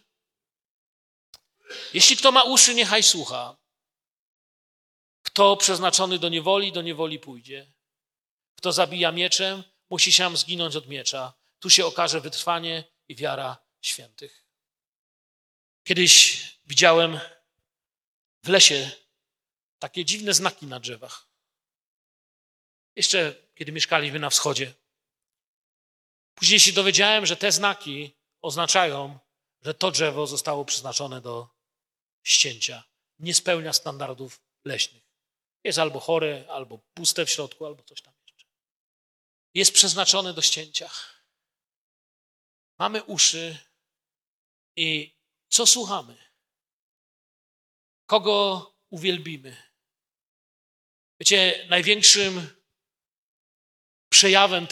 Jeśli kto ma uszy, niechaj słucha. Kto przeznaczony do niewoli pójdzie. Kto zabija mieczem, musi sam zginąć od miecza. Tu się okaże wytrwanie i wiara świętych. Kiedyś widziałem w lesie takie dziwne znaki na drzewach. Jeszcze kiedy mieszkaliśmy na wschodzie. Później się dowiedziałem, że te znaki oznaczają, że to drzewo zostało przeznaczone do ścięcia. Nie spełnia standardów leśnych. Jest albo chore, albo puste w środku, albo coś tam jeszcze. Jest przeznaczone do ścięcia. Mamy uszy i co słuchamy? Kogo uwielbimy? Wiecie, największym przejawem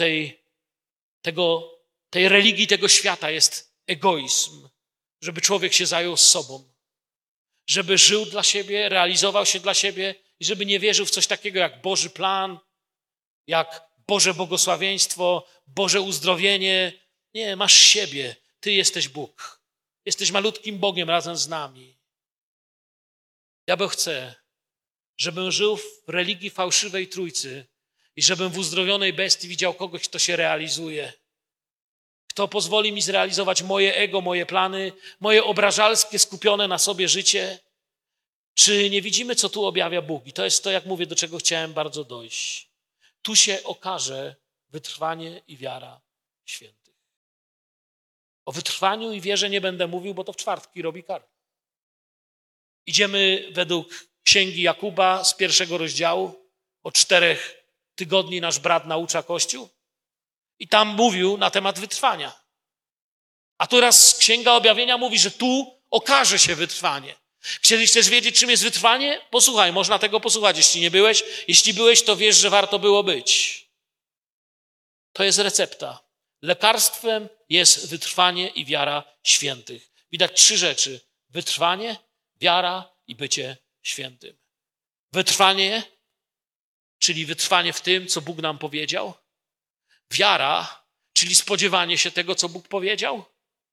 tej religii, tego świata jest egoizm. Żeby człowiek się zajął sobą. Żeby żył dla siebie, realizował się dla siebie i żeby nie wierzył w coś takiego jak Boży plan, jak Boże błogosławieństwo, Boże uzdrowienie. Nie, masz siebie. Ty jesteś Bóg. Jesteś malutkim Bogiem razem z nami. Ja chcę, żebym żył w religii fałszywej Trójcy i żebym w uzdrowionej bestii widział kogoś, kto się realizuje. Kto pozwoli mi zrealizować moje ego, moje plany, moje obrażalskie, skupione na sobie życie. Czy nie widzimy, co tu objawia Bóg? I to jest to, jak mówię, do czego chciałem bardzo dojść. Tu się okaże wytrwanie i wiara świętych. O wytrwaniu i wierze nie będę mówił, bo to w czwartki robi Karol. Idziemy według Księgi Jakuba z 1 rozdziału. Od 4 tygodni nasz brat naucza Kościół. I tam mówił na temat wytrwania. A teraz Księga Objawienia mówi, że tu okaże się wytrwanie. Chcieliś też wiedzieć, czym jest wytrwanie? Posłuchaj, można tego posłuchać, jeśli nie byłeś. Jeśli byłeś, to wiesz, że warto było być. To jest recepta. Lekarstwem jest wytrwanie i wiara świętych. Widać 3 rzeczy. Wytrwanie, wiara i bycie świętym. Wytrwanie, czyli wytrwanie w tym, co Bóg nam powiedział. Wiara, czyli spodziewanie się tego, co Bóg powiedział.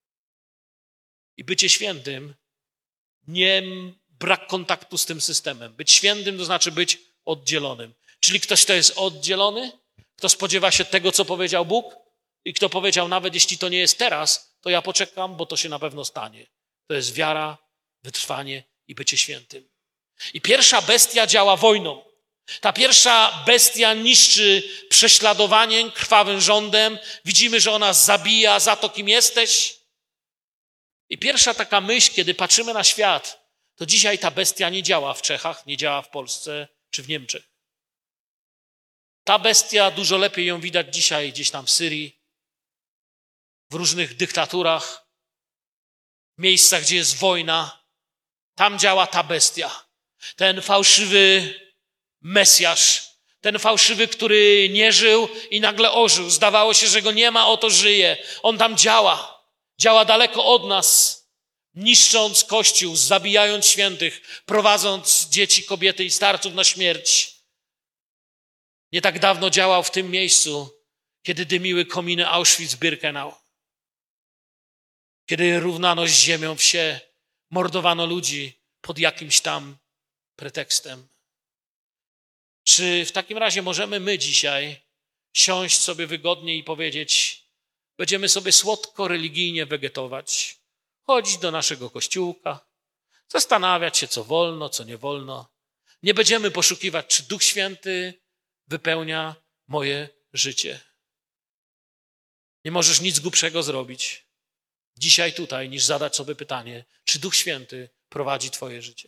I bycie świętym, nie brak kontaktu z tym systemem. Być świętym to znaczy być oddzielonym. Czyli ktoś, kto jest oddzielony, kto spodziewa się tego, co powiedział Bóg i kto powiedział, nawet jeśli to nie jest teraz, to ja poczekam, bo to się na pewno stanie. To jest wiara, wytrwanie i bycie świętym. I pierwsza bestia działa wojną. Ta pierwsza bestia niszczy prześladowaniem, krwawym rządem. Widzimy, że ona zabija za to, kim jesteś. I pierwsza taka myśl, kiedy patrzymy na świat, to dzisiaj ta bestia nie działa w Czechach, nie działa w Polsce czy w Niemczech. Ta bestia, dużo lepiej ją widać dzisiaj gdzieś tam w Syrii, w różnych dyktaturach, w miejscach, gdzie jest wojna. Tam działa ta bestia. Ten fałszywy Mesjasz, ten fałszywy, który nie żył i nagle ożył. Zdawało się, że go nie ma, oto żyje. On tam działa. Działa daleko od nas, niszcząc Kościół, zabijając świętych, prowadząc dzieci, kobiety i starców na śmierć. Nie tak dawno działał w tym miejscu, kiedy dymiły kominy Auschwitz-Birkenau. Kiedy równano z ziemią wsie, mordowano ludzi pod jakimś tam pretekstem. Czy w takim razie możemy my dzisiaj siąść sobie wygodnie i powiedzieć, będziemy sobie słodko, religijnie wegetować, chodzić do naszego kościółka, zastanawiać się, co wolno, co nie wolno. Nie będziemy poszukiwać, czy Duch Święty wypełnia moje życie. Nie możesz nic głupszego zrobić dzisiaj tutaj, niż zadać sobie pytanie, czy Duch Święty prowadzi twoje życie.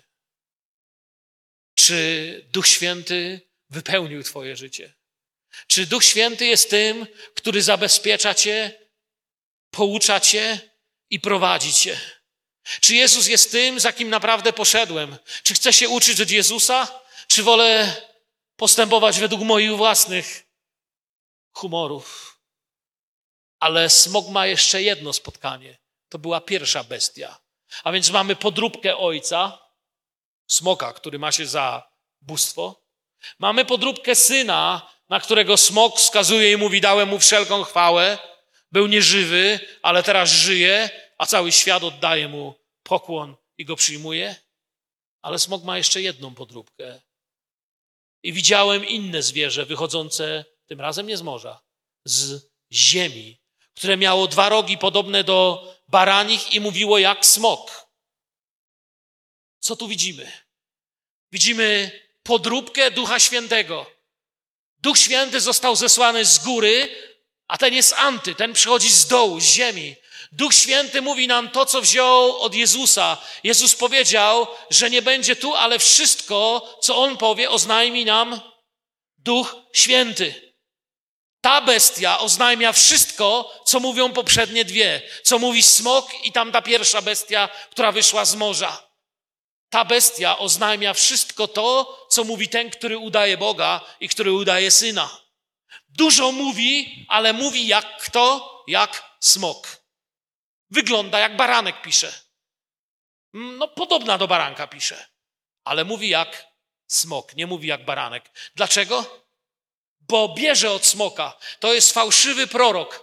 Czy Duch Święty wypełnił twoje życie? Czy Duch Święty jest tym, który zabezpiecza cię, poucza cię i prowadzi cię? Czy Jezus jest tym, za kim naprawdę poszedłem? Czy chcę się uczyć od Jezusa? Czy wolę postępować według moich własnych humorów? Ale smok ma jeszcze jedno spotkanie. To była pierwsza bestia. A więc mamy podróbkę ojca, smoka, który ma się za bóstwo. Mamy podróbkę syna, na którego smok wskazuje i mówi, dałem mu wszelką chwałę. Był nieżywy, ale teraz żyje, a cały świat oddaje mu pokłon i go przyjmuje. Ale smok ma jeszcze jedną podróbkę. I widziałem inne zwierzę wychodzące, tym razem nie z morza, z ziemi, które miało 2 rogi podobne do baranich i mówiło jak smok. Co tu widzimy? Widzimy podróbkę Ducha Świętego. Duch Święty został zesłany z góry, a ten jest anty, ten przychodzi z dołu, z ziemi. Duch Święty mówi nam to, co wziął od Jezusa. Jezus powiedział, że nie będzie tu, ale wszystko, co On powie, oznajmi nam Duch Święty. Ta bestia oznajmia wszystko, co mówią poprzednie 2. Co mówi smok i tamta pierwsza bestia, która wyszła z morza. Ta bestia oznajmia wszystko to, co mówi ten, który udaje Boga i który udaje Syna. Dużo mówi, ale mówi jak kto? Jak smok. Wygląda jak baranek, pisze. No podobna do baranka, pisze. Ale mówi jak smok, nie mówi jak baranek. Dlaczego? Bo bierze od smoka. To jest fałszywy prorok.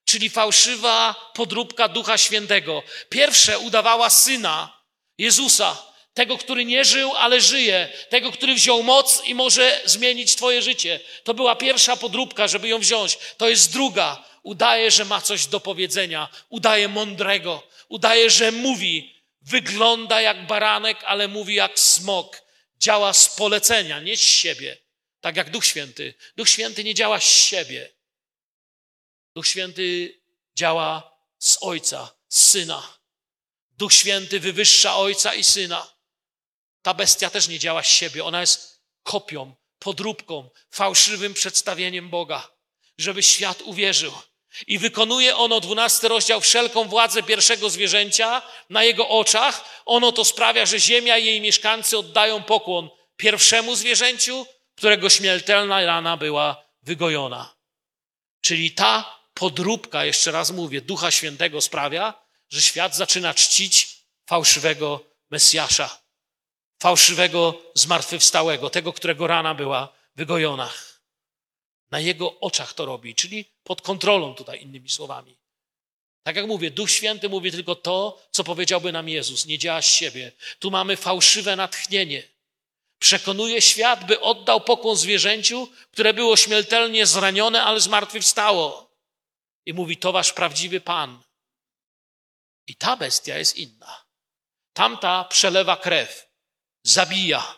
czyli fałszywa podróbka Ducha Świętego. Pierwsze udawała Syna Jezusa, tego, który nie żył, ale żyje, tego, który wziął moc i może zmienić twoje życie. To była pierwsza podróbka, żeby ją wziąć. To jest druga. Udaje, że ma coś do powiedzenia, udaje mądrego, udaje, że mówi. Wygląda jak baranek, ale mówi jak smok. Działa z polecenia, nie z siebie. Tak jak Duch Święty. Duch Święty nie działa z siebie. Duch Święty działa z Ojca, z Syna. Duch Święty wywyższa Ojca i Syna. Ta bestia też nie działa z siebie. Ona jest kopią, podróbką, fałszywym przedstawieniem Boga, żeby świat uwierzył. I wykonuje ono, 12 rozdział, wszelką władzę pierwszego zwierzęcia na jego oczach. Ono to sprawia, że ziemia i jej mieszkańcy oddają pokłon pierwszemu zwierzęciu, którego śmiertelna rana była wygojona. Czyli ta podróbka, jeszcze raz mówię, Ducha Świętego sprawia, że świat zaczyna czcić fałszywego Mesjasza, fałszywego zmartwychwstałego, tego, którego rana była wygojona. Na jego oczach to robi, czyli pod kontrolą tutaj, innymi słowami. Tak jak mówię, Duch Święty mówi tylko to, co powiedziałby nam Jezus, nie działa z siebie. Tu mamy fałszywe natchnienie. Przekonuje świat, by oddał pokłon zwierzęciu, które było śmiertelnie zranione, ale zmartwychwstało. I mówi, to wasz prawdziwy Pan. I ta bestia jest inna. Tamta przelewa krew, zabija.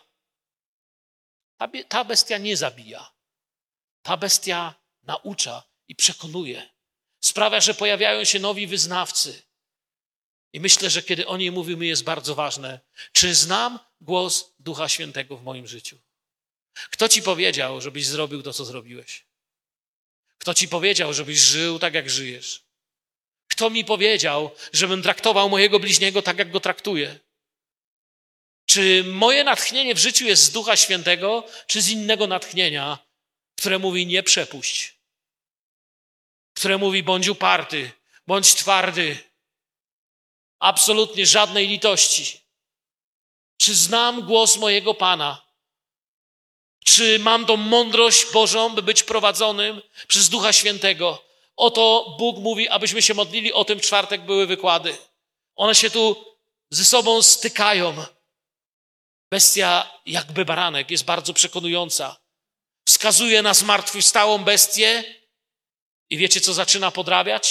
Ta bestia nie zabija. Ta bestia naucza i przekonuje. Sprawia, że pojawiają się nowi wyznawcy. I myślę, że kiedy o niej mówimy, jest bardzo ważne. Czy znam głos Ducha Świętego w moim życiu? Kto ci powiedział, żebyś zrobił to, co zrobiłeś? Kto ci powiedział, żebyś żył tak, jak żyjesz? Kto mi powiedział, żebym traktował mojego bliźniego tak, jak go traktuję? Czy moje natchnienie w życiu jest z Ducha Świętego, czy z innego natchnienia, które mówi nie przepuść, które mówi bądź uparty, bądź twardy, absolutnie żadnej litości? Czy znam głos mojego Pana? Czy mam tą mądrość Bożą, by być prowadzonym przez Ducha Świętego? Oto Bóg mówi, abyśmy się modlili, o tym w czwartek były wykłady. One się tu ze sobą stykają. Bestia, jakby baranek, jest bardzo przekonująca. Wskazuje na zmartwychwstałą bestię i wiecie, co zaczyna podrabiać?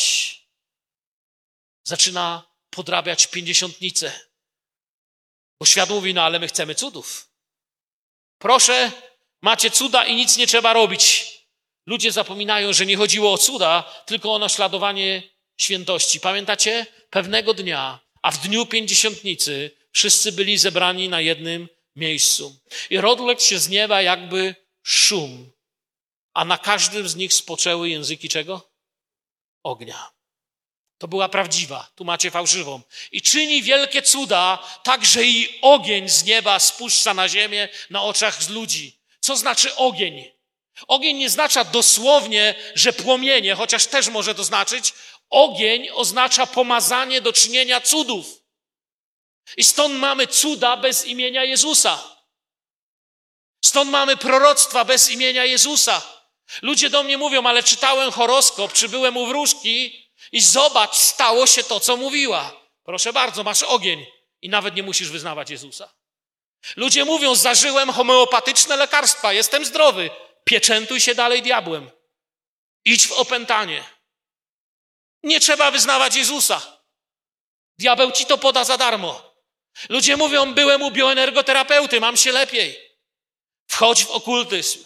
Zaczyna podrabiać pięćdziesiątnicę. Bo świat mówi, no ale my chcemy cudów. Proszę, macie cuda i nic nie trzeba robić. Ludzie zapominają, że nie chodziło o cuda, tylko o naśladowanie świętości. Pamiętacie? Pewnego dnia, a w dniu pięćdziesiątnicy wszyscy byli zebrani na jednym miejscu. I rozległ się z nieba jakby szum, a na każdym z nich spoczęły języki czego? Ognia. To była prawdziwa, tu macie fałszywą. I czyni wielkie cuda, tak że i ogień z nieba spuszcza na ziemię na oczach z ludzi. Co znaczy ogień? Ogień nie oznacza dosłownie, że płomienie, chociaż też może to znaczyć. Ogień oznacza pomazanie do czynienia cudów. I stąd mamy cuda bez imienia Jezusa. Stąd mamy proroctwa bez imienia Jezusa. Ludzie do mnie mówią, ale czytałem horoskop, czy byłem u wróżki i zobacz, stało się to, co mówiła. Proszę bardzo, masz ogień i nawet nie musisz wyznawać Jezusa. Ludzie mówią, zażyłem homeopatyczne lekarstwa, jestem zdrowy. Pieczętuj się dalej diabłem. Idź w opętanie. Nie trzeba wyznawać Jezusa. Diabeł ci to poda za darmo. Ludzie mówią, byłem u bioenergoterapeuty, mam się lepiej. Wchodź w okultyzm.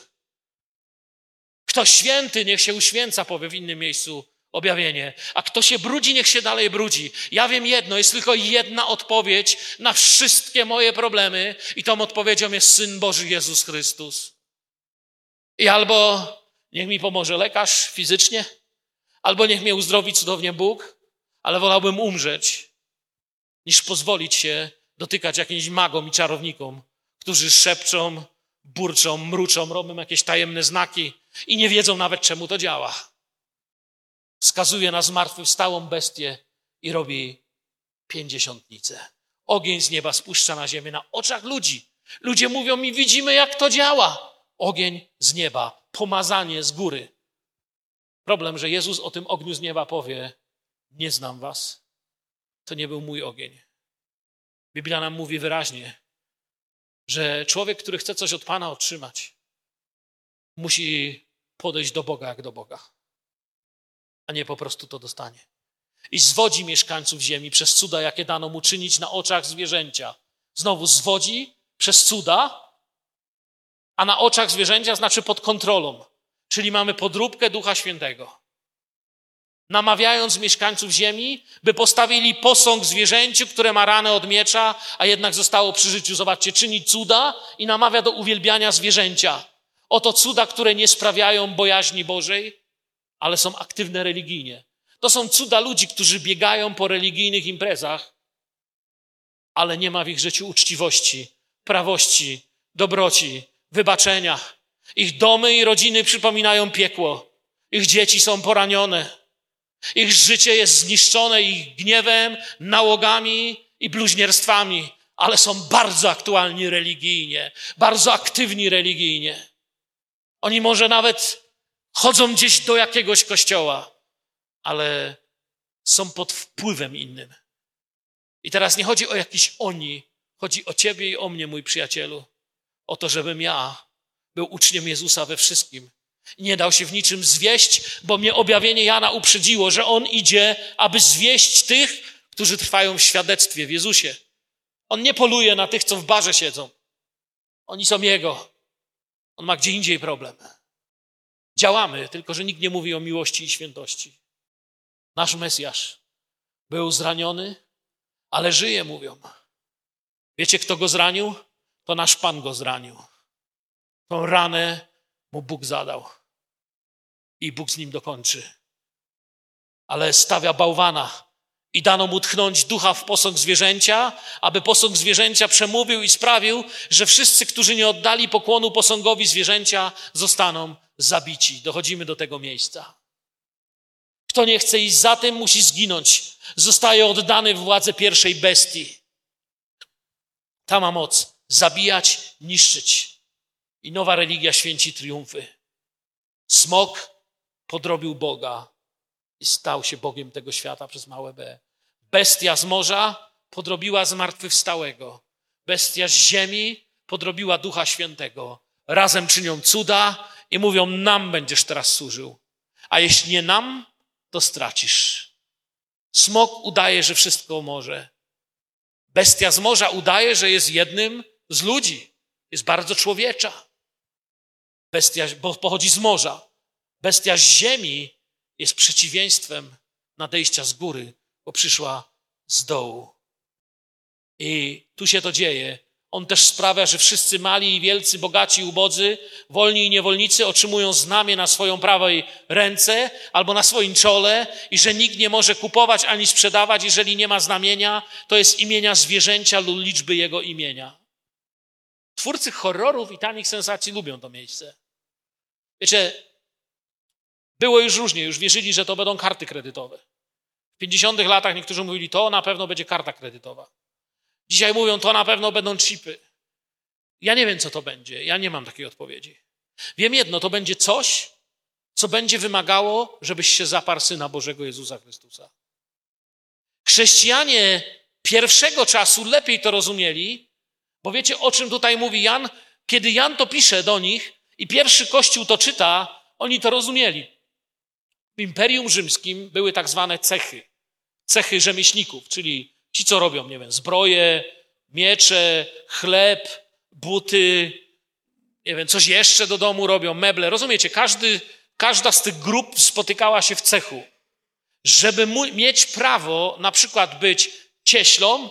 Kto święty, niech się uświęca, powie w innym miejscu objawienie. A kto się brudzi, niech się dalej brudzi. Ja wiem jedno, jest tylko jedna odpowiedź na wszystkie moje problemy i tą odpowiedzią jest Syn Boży Jezus Chrystus. I albo niech mi pomoże lekarz fizycznie, albo niech mnie uzdrowi cudownie Bóg, ale wolałbym umrzeć, niż pozwolić się dotykać jakimś magom i czarownikom, którzy szepczą, burczą, mruczą, robią jakieś tajemne znaki i nie wiedzą nawet, czemu to działa. Wskazuje na zmartwychwstałą bestię i robi pięćdziesiątnicę. Ogień z nieba spuszcza na ziemię na oczach ludzi. Ludzie mówią mi, widzimy, jak to działa. Ogień z nieba, pomazanie z góry. Problem, że Jezus o tym ogniu z nieba powie: nie znam was, to nie był mój ogień. Biblia nam mówi wyraźnie, że człowiek, który chce coś od Pana otrzymać, musi podejść do Boga jak do Boga, a nie po prostu to dostanie. I zwodzi mieszkańców ziemi przez cuda, jakie dano mu czynić na oczach zwierzęcia. Znowu zwodzi przez cuda, a na oczach zwierzęcia znaczy pod kontrolą. Czyli mamy podróbkę Ducha Świętego. Namawiając mieszkańców ziemi, by postawili posąg zwierzęciu, które ma ranę od miecza, a jednak zostało przy życiu. Zobaczcie, czyni cuda i namawia do uwielbiania zwierzęcia. Oto cuda, które nie sprawiają bojaźni Bożej, ale są aktywne religijnie. To są cuda ludzi, którzy biegają po religijnych imprezach, ale nie ma w ich życiu uczciwości, prawości, dobroci, wybaczenia. Ich domy i rodziny przypominają piekło. Ich dzieci są poranione. Ich życie jest zniszczone ich gniewem, nałogami i bluźnierstwami, ale są bardzo aktualni religijnie, bardzo aktywni religijnie. Oni może nawet chodzą gdzieś do jakiegoś kościoła, ale są pod wpływem innym. I teraz nie chodzi o jakiś oni, chodzi o ciebie i o mnie, mój przyjacielu. O to, żebym ja był uczniem Jezusa we wszystkim. I nie dał się w niczym zwieść, bo mnie objawienie Jana uprzedziło, że on idzie, aby zwieść tych, którzy trwają w świadectwie w Jezusie. On nie poluje na tych, co w barze siedzą. Oni są Jego. On ma gdzie indziej problem. Działamy, tylko że nikt nie mówi o miłości i świętości. Nasz Mesjasz był zraniony, ale żyje, mówią. Wiecie, kto go zranił? To nasz Pan go zranił. Tą ranę mu Bóg zadał. I Bóg z nim dokończy. Ale stawia bałwana i dano mu tchnąć ducha w posąg zwierzęcia, aby posąg zwierzęcia przemówił i sprawił, że wszyscy, którzy nie oddali pokłonu posągowi zwierzęcia, zostaną zabici. Dochodzimy do tego miejsca. Kto nie chce iść za tym, musi zginąć. Zostaje oddany w władzę pierwszej bestii. Ta ma moc zabijać, niszczyć. I nowa religia święci triumfy. Smok podrobił Boga i stał się Bogiem tego świata przez małe b. Bestia z morza podrobiła zmartwychwstałego. Bestia z ziemi podrobiła Ducha Świętego. Razem czynią cuda i mówią: nam będziesz teraz służył. A jeśli nie nam, to stracisz. Smok udaje, że wszystko może. Bestia z morza udaje, że jest jednym z ludzi. Jest bardzo człowiecza. Bestia, bo pochodzi z morza. Bestia z ziemi jest przeciwieństwem nadejścia z góry, bo przyszła z dołu. I tu się to dzieje. On też sprawia, że wszyscy mali i wielcy, bogaci i ubodzy, wolni i niewolnicy otrzymują znamię na swoją prawej ręce albo na swoim czole i że nikt nie może kupować ani sprzedawać, jeżeli nie ma znamienia, to jest imienia zwierzęcia lub liczby jego imienia. Twórcy horrorów i tanich sensacji lubią to miejsce. Wiecie, było już różnie, już wierzyli, że to będą karty kredytowe. W 50 latach niektórzy mówili, to na pewno będzie karta kredytowa. Dzisiaj mówią, to na pewno będą chipy. Ja nie wiem, co to będzie. Ja nie mam takiej odpowiedzi. Wiem jedno, to będzie coś, co będzie wymagało, żebyś się zaparł Syna Bożego Jezusa Chrystusa. Chrześcijanie pierwszego czasu lepiej to rozumieli, bo wiecie, o czym tutaj mówi Jan? Kiedy Jan to pisze do nich i pierwszy Kościół to czyta, oni to rozumieli. W Imperium Rzymskim były tak zwane cechy. Cechy rzemieślników, czyli ci, co robią, nie wiem, zbroje, miecze, chleb, buty, nie wiem, coś jeszcze do domu robią, meble. Rozumiecie, każda z tych grup spotykała się w cechu. Żeby mieć prawo na przykład być cieślą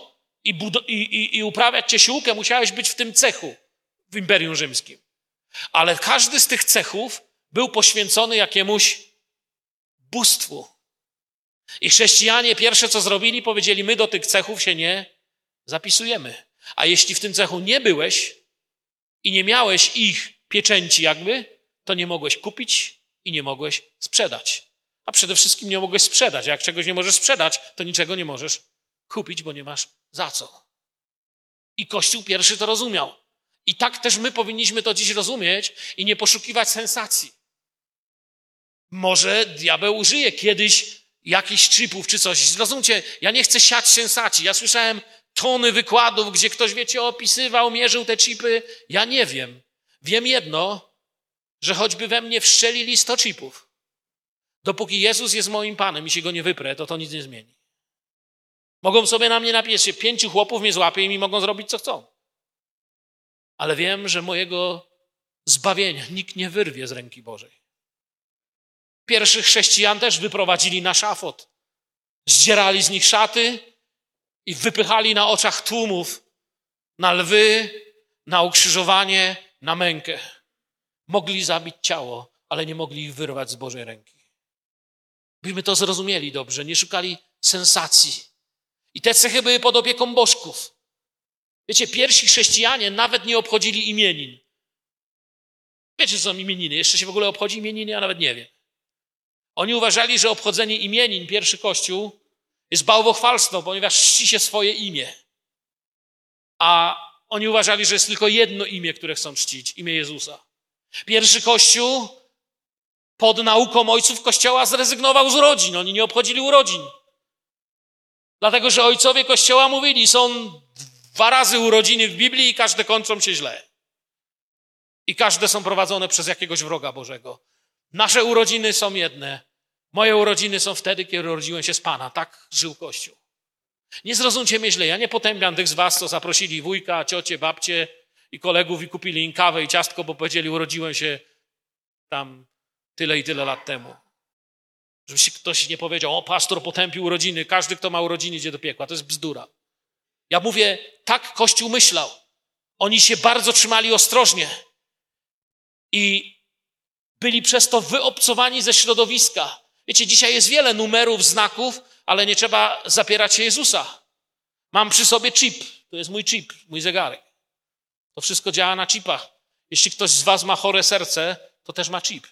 i uprawiać ciesiłkę, musiałeś być w tym cechu w Imperium Rzymskim. Ale każdy z tych cechów był poświęcony jakiemuś bóstwu. I chrześcijanie pierwsze, co zrobili, powiedzieli, my do tych cechów się nie zapisujemy. A jeśli w tym cechu nie byłeś i nie miałeś ich pieczęci jakby, to nie mogłeś kupić i nie mogłeś sprzedać. A przede wszystkim nie mogłeś sprzedać. A jak czegoś nie możesz sprzedać, to niczego nie możesz kupić, bo nie masz za co. I Kościół pierwszy to rozumiał. I tak też my powinniśmy to dziś rozumieć i nie poszukiwać sensacji. Może diabeł użyje kiedyś jakichś chipów czy coś. Zrozumcie, ja nie chcę siać sensacji. Ja słyszałem tony wykładów, gdzie ktoś, wiecie, opisywał, mierzył te chipy. Ja nie wiem. Wiem jedno, że choćby we mnie wszczelili 100 chipów. Dopóki Jezus jest moim Panem i się Go nie wyprę, to nic nie zmieni. Mogą sobie na mnie napisać, 5 chłopów mnie złapie i mi mogą zrobić, co chcą. Ale wiem, że mojego zbawienia nikt nie wyrwie z ręki Bożej. Pierwszych chrześcijan też wyprowadzili na szafot. Zdzierali z nich szaty i wypychali na oczach tłumów na lwy, na ukrzyżowanie, na mękę. Mogli zabić ciało, ale nie mogli ich wyrwać z Bożej ręki. Byśmy to zrozumieli dobrze, nie szukali sensacji. I te cechy były pod opieką bożków. Wiecie, pierwsi chrześcijanie nawet nie obchodzili imienin. Wiecie, co są imieniny? Jeszcze się w ogóle obchodzi imieniny? Ja nawet nie wiem. Oni uważali, że obchodzenie imienin, pierwszy Kościół, jest bałwochwalstwo, ponieważ czci się swoje imię. A oni uważali, że jest tylko jedno imię, które chcą czcić, imię Jezusa. Pierwszy Kościół pod nauką ojców Kościoła zrezygnował z urodzin. Oni nie obchodzili urodzin. Dlatego, że ojcowie Kościoła mówili, są 2 razy urodziny w Biblii i każde kończą się źle. I każde są prowadzone przez jakiegoś wroga Bożego. Nasze urodziny są jedne. Moje urodziny są wtedy, kiedy urodziłem się z Pana. Tak żył Kościół. Nie zrozumcie mnie źle. Ja nie potępiam tych z was, co zaprosili wujka, ciocię, babcię i kolegów i kupili im kawę i ciastko, bo powiedzieli, urodziłem się tam tyle i tyle lat temu. Żeby się ktoś nie powiedział, o, pastor potępił urodziny. Każdy, kto ma urodziny, idzie do piekła. To jest bzdura. Ja mówię, tak Kościół myślał. Oni się bardzo trzymali ostrożnie. I byli przez to wyobcowani ze środowiska. Wiecie, dzisiaj jest wiele numerów, znaków, ale nie trzeba zapierać się Jezusa. Mam przy sobie chip. To jest mój chip, mój zegarek. To wszystko działa na chipach. Jeśli ktoś z was ma chore serce, to też ma chip.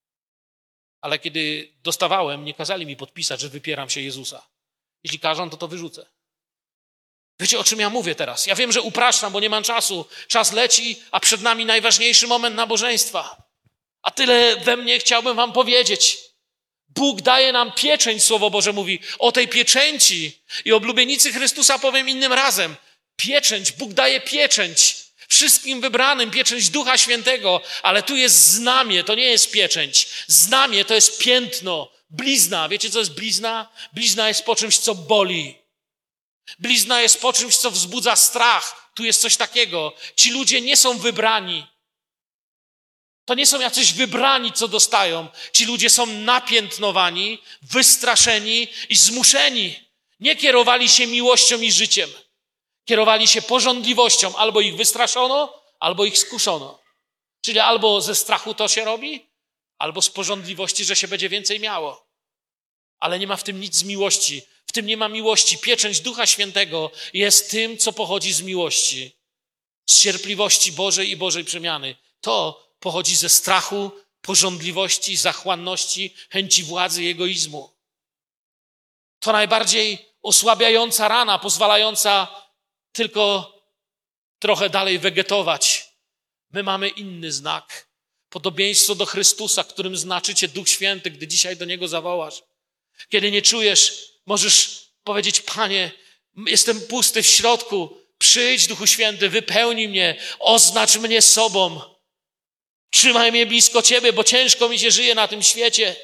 Ale kiedy dostawałem, nie kazali mi podpisać, że wypieram się Jezusa. Jeśli każą, to wyrzucę. Wiecie, o czym ja mówię teraz? Ja wiem, że upraszczam, bo nie mam czasu. Czas leci, a przed nami najważniejszy moment nabożeństwa. A tyle we mnie chciałbym wam powiedzieć. Bóg daje nam pieczęć, Słowo Boże mówi. O tej pieczęci i oblubienicy Chrystusa powiem innym razem. Pieczęć, Bóg daje pieczęć. Wszystkim wybranym, pieczęć Ducha Świętego. Ale tu jest znamie, to nie jest pieczęć. Znamie to jest piętno, blizna. Wiecie, co jest blizna? Blizna jest po czymś, co boli. Blizna jest po czymś, co wzbudza strach. Tu jest coś takiego. Ci ludzie nie są wybrani. To nie są jacyś wybrani, co dostają. Ci ludzie są napiętnowani, wystraszeni i zmuszeni. Nie kierowali się miłością i życiem. Kierowali się pożądliwością. Albo ich wystraszono, albo ich skuszono. Czyli albo ze strachu to się robi, albo z pożądliwości, że się będzie więcej miało. Ale nie ma w tym nic z miłości. W tym nie ma miłości. Pieczęć Ducha Świętego jest tym, co pochodzi z miłości. Z cierpliwości Bożej i Bożej przemiany. To pochodzi ze strachu, pożądliwości, zachłanności, chęci władzy i egoizmu. To najbardziej osłabiająca rana, pozwalająca tylko trochę dalej wegetować. My mamy inny znak. Podobieństwo do Chrystusa, którym znaczy cię Duch Święty, gdy dzisiaj do Niego zawołasz. Kiedy nie czujesz, możesz powiedzieć, Panie, jestem pusty w środku. Przyjdź, Duchu Święty, wypełnij mnie, oznacz mnie sobą. Trzymaj mnie blisko Ciebie, bo ciężko mi się żyje na tym świecie.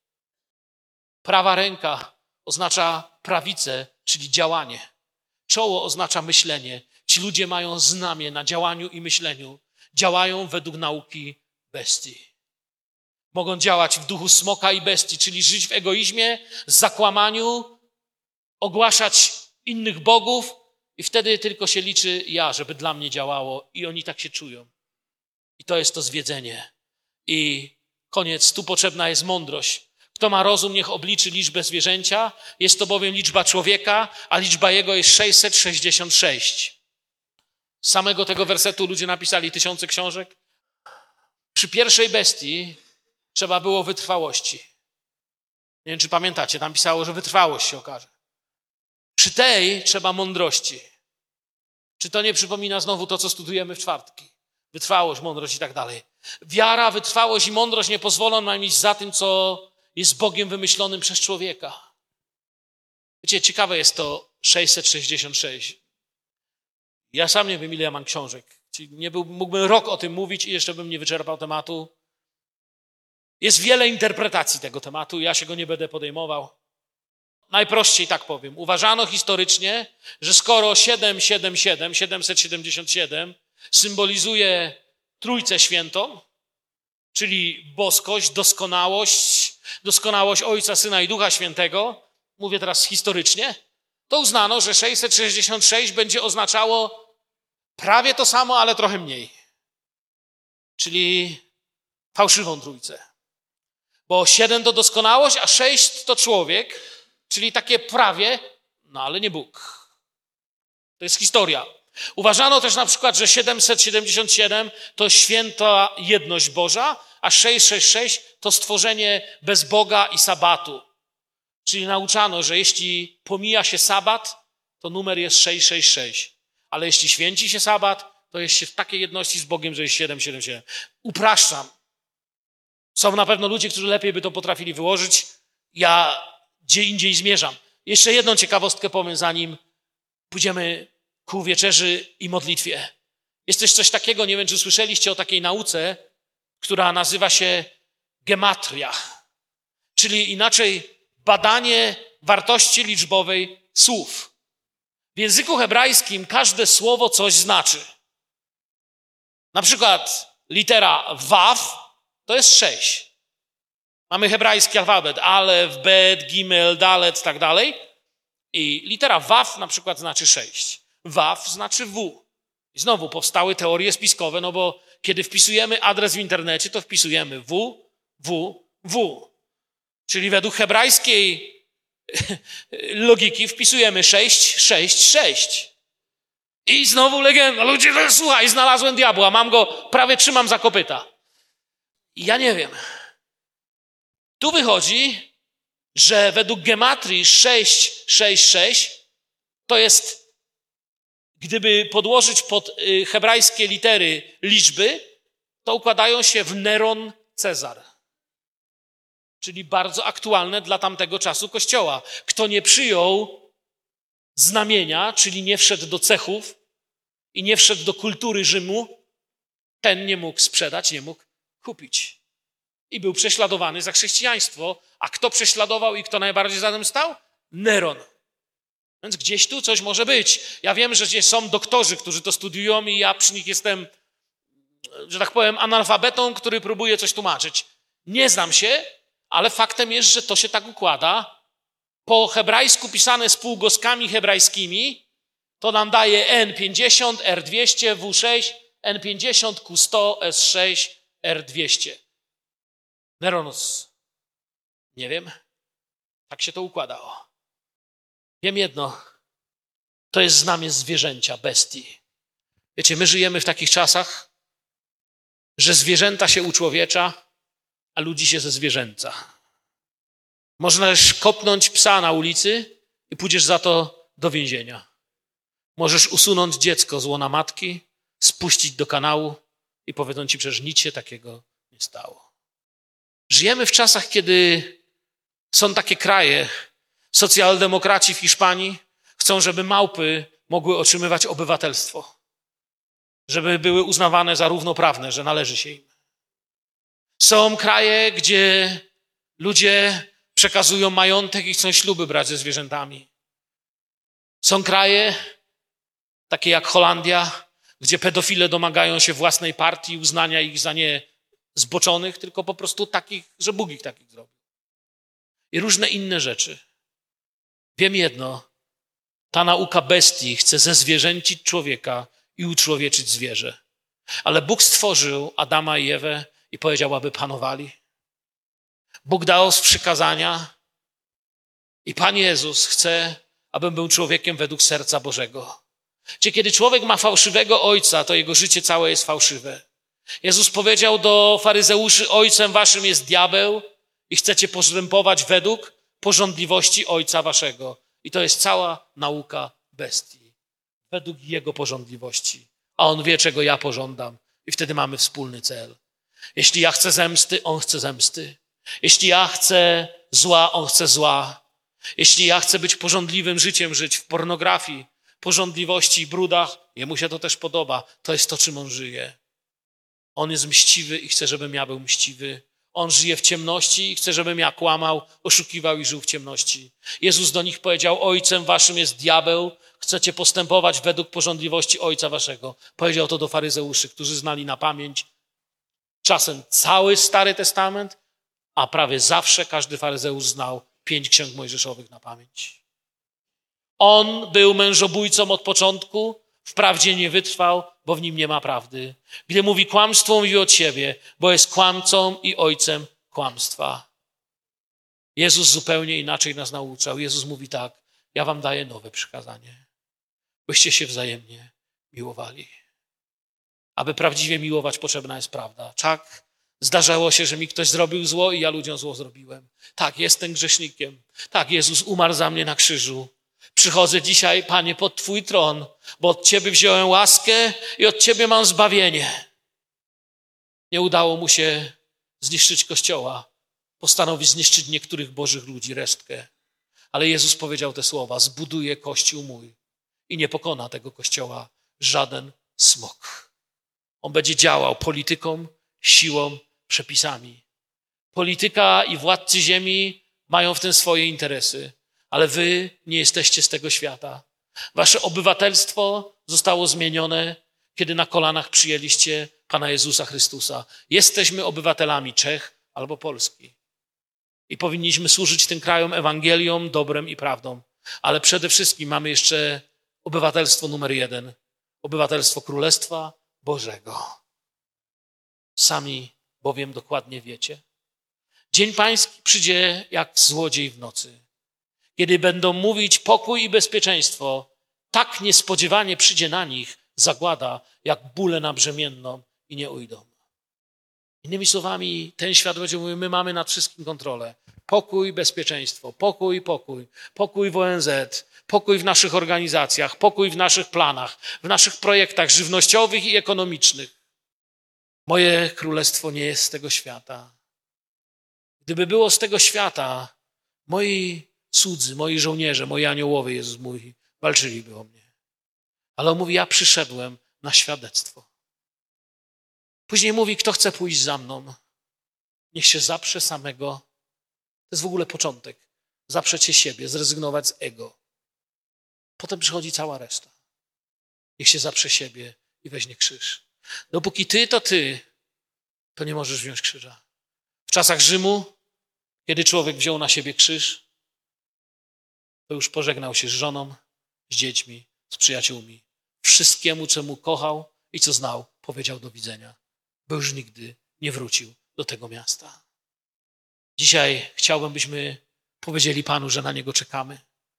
Prawa ręka oznacza prawicę, czyli działanie. Czoło oznacza myślenie. Ci ludzie mają znamię na działaniu i myśleniu. Działają według nauki bestii. Mogą działać w duchu smoka i bestii, czyli żyć w egoizmie, zakłamaniu, ogłaszać innych bogów i wtedy tylko się liczy ja, żeby dla mnie działało i oni tak się czują. I to jest to zwiedzenie. I koniec, tu potrzebna jest mądrość. Kto ma rozum, niech obliczy liczbę zwierzęcia. Jest to bowiem liczba człowieka, a liczba jego jest 666. Z samego tego wersetu ludzie napisali 1000 książek. Przy pierwszej bestii trzeba było wytrwałości. Nie wiem, czy pamiętacie, tam pisało, że wytrwałość się okaże. Przy tej trzeba mądrości. Czy to nie przypomina znowu to, co studujemy w czwartki? Wytrwałość, mądrość i tak dalej. Wiara, wytrwałość i mądrość nie pozwolą nam iść za tym, co jest Bogiem wymyślonym przez człowieka. Wiecie, ciekawe jest to 666. Ja sam nie wiem, ile ja mam książek. Mógłbym rok o tym mówić i jeszcze bym nie wyczerpał tematu. Jest wiele interpretacji tego tematu, ja się go nie będę podejmował. Najprościej tak powiem. Uważano historycznie, że skoro 777 symbolizuje Trójcę Świętą, czyli boskość, doskonałość Ojca, Syna i Ducha Świętego, mówię teraz historycznie, to uznano, że 666 będzie oznaczało prawie to samo, ale trochę mniej. Czyli fałszywą Trójcę. Bo 7 to doskonałość, a 6 to człowiek, czyli takie prawie, no ale nie Bóg. To jest historia. Uważano też na przykład, że 777 to święta jedność Boża, a 666 to stworzenie bez Boga i sabatu. Czyli nauczano, że jeśli pomija się sabat, to numer jest 666. Ale jeśli święci się sabat, to jest się w takiej jedności z Bogiem, że jest 777. Upraszczam. Są na pewno ludzie, którzy lepiej by to potrafili wyłożyć. Ja gdzie indziej zmierzam. Jeszcze jedną ciekawostkę powiem, zanim pójdziemy ku wieczerzy i modlitwie. Jest też coś takiego, nie wiem, czy słyszeliście o takiej nauce, która nazywa się gematria. Czyli inaczej badanie wartości liczbowej słów. W języku hebrajskim każde słowo coś znaczy. Na przykład litera waw to jest 6. Mamy hebrajski alfabet, alef, bet, gimel, dalet, tak dalej. I litera waw na przykład znaczy 6. Waw znaczy W. I znowu powstały teorie spiskowe, no bo kiedy wpisujemy adres w internecie, to wpisujemy W. Czyli według hebrajskiej logiki wpisujemy 6. I znowu legenda. Ludzie, słuchaj, znalazłem diabła, mam go, prawie trzymam za kopyta. I ja nie wiem. Tu wychodzi, że według gematrii 666 to jest, gdyby podłożyć pod hebrajskie litery liczby, to układają się w Neron Cezar. Czyli bardzo aktualne dla tamtego czasu Kościoła. Kto nie przyjął znamienia, czyli nie wszedł do cechów i nie wszedł do kultury Rzymu, ten nie mógł sprzedać, nie mógł kupić. I był prześladowany za chrześcijaństwo. A kto prześladował i kto najbardziej za tym stał? Neron. Więc gdzieś tu coś może być. Ja wiem, że są doktorzy, którzy to studiują i ja przy nich jestem, że tak powiem, analfabetą, który próbuje coś tłumaczyć. Nie znam się, ale faktem jest, że to się tak układa. Po hebrajsku pisane spółgłoskami hebrajskimi to nam daje N50, R200, W6, N50, Q100, S6, R200. Neronos. Nie wiem. Tak się to układało. Wiem jedno. To jest znamię zwierzęcia, bestii. Wiecie, my żyjemy w takich czasach, że zwierzęta się uczłowiecza, a ludzi się ze zwierzęca. Możesz kopnąć psa na ulicy i pójdziesz za to do więzienia. Możesz usunąć dziecko z łona matki, spuścić do kanału i powiedzą ci, przecież nic się takiego nie stało. Żyjemy w czasach, kiedy są takie kraje, socjaldemokraci w Hiszpanii chcą, żeby małpy mogły otrzymywać obywatelstwo, żeby były uznawane za równoprawne, że należy się im. Są kraje, gdzie ludzie przekazują majątek i chcą śluby brać ze zwierzętami. Są kraje, takie jak Holandia, gdzie pedofile domagają się własnej partii, uznania ich za nie zboczonych, tylko po prostu takich, że Bóg ich takich zrobił. I różne inne rzeczy. Wiem jedno, ta nauka bestii chce zezwierzęcić człowieka i uczłowieczyć zwierzę. Ale Bóg stworzył Adama i Ewę i powiedział, aby panowali. Bóg dał przykazania i Pan Jezus chce, abym był człowiekiem według serca Bożego. Kiedy człowiek ma fałszywego ojca, to jego życie całe jest fałszywe. Jezus powiedział do faryzeuszy, ojcem waszym jest diabeł i chcecie postępować według pożądliwości ojca waszego. I to jest cała nauka bestii. Według jego pożądliwości. A on wie, czego ja pożądam. I wtedy mamy wspólny cel. Jeśli ja chcę zemsty, on chce zemsty. Jeśli ja chcę zła, on chce zła. Jeśli ja chcę być porządliwym życiem, żyć w pornografii, porządliwości i brudach, jemu się to też podoba. To jest to, czym on żyje. On jest mściwy i chce, żebym ja był mściwy. On żyje w ciemności i chce, żebym ja kłamał, oszukiwał i żył w ciemności. Jezus do nich powiedział, ojcem waszym jest diabeł, chcecie postępować według porządliwości ojca waszego. Powiedział to do faryzeuszy, którzy znali na pamięć czasem cały Stary Testament, a prawie zawsze każdy faryzeusz znał 5 ksiąg mojżeszowych na pamięć. On był mężobójcą od początku, wprawdzie nie wytrwał, bo w nim nie ma prawdy. Gdy mówi kłamstwo, mówi od siebie, bo jest kłamcą i ojcem kłamstwa. Jezus zupełnie inaczej nas nauczał. Jezus mówi tak, ja wam daję nowe przykazanie, byście się wzajemnie miłowali. Aby prawdziwie miłować, potrzebna jest prawda. Tak, zdarzało się, że mi ktoś zrobił zło i ja ludziom zło zrobiłem. Tak, jestem grzesznikiem. Tak, Jezus umarł za mnie na krzyżu. Przychodzę dzisiaj, Panie, pod Twój tron, bo od Ciebie wziąłem łaskę i od Ciebie mam zbawienie. Nie udało mu się zniszczyć Kościoła. Postanowił zniszczyć niektórych bożych ludzi, resztkę. Ale Jezus powiedział te słowa, zbuduję Kościół mój i nie pokona tego Kościoła żaden smok. On będzie działał polityką, siłą, przepisami. Polityka i władcy ziemi mają w tym swoje interesy, ale wy nie jesteście z tego świata. Wasze obywatelstwo zostało zmienione, kiedy na kolanach przyjęliście Pana Jezusa Chrystusa. Jesteśmy obywatelami Czech albo Polski. I powinniśmy służyć tym krajom Ewangelią, dobrem i prawdą. Ale przede wszystkim mamy jeszcze obywatelstwo numer 1. Obywatelstwo Królestwa Bożego. Sami bowiem dokładnie wiecie. Dzień Pański przyjdzie jak złodziej w nocy. Kiedy będą mówić pokój i bezpieczeństwo, tak niespodziewanie przyjdzie na nich zagłada, jak bóle na brzemienną i nie ujdą. Innymi słowami, ten świat będzie mówił, my mamy nad wszystkim kontrolę. Pokój, bezpieczeństwo, pokój, pokój. Pokój w ONZ, pokój w naszych organizacjach, pokój w naszych planach, w naszych projektach żywnościowych i ekonomicznych. Moje królestwo nie jest z tego świata. Gdyby było z tego świata, moi cudzy, moi żołnierze, moi aniołowie, Jezus mówi, walczyliby o mnie. Ale on mówi, ja przyszedłem na świadectwo. Później mówi, kto chce pójść za mną, niech się zaprze samego. To jest w ogóle początek. Zaprzeć się siebie, zrezygnować z ego. Potem przychodzi cała reszta. Niech się zaprze siebie i weźmie krzyż. Dopóki ty, to nie możesz wziąć krzyża. W czasach Rzymu, kiedy człowiek wziął na siebie krzyż, to już pożegnał się z żoną, z dziećmi, z przyjaciółmi. Wszystkiemu, czemu kochał i co znał, powiedział do widzenia. Bo już nigdy nie wrócił do tego miasta. Dzisiaj chciałbym, byśmy powiedzieli Panu, że na Niego czekamy.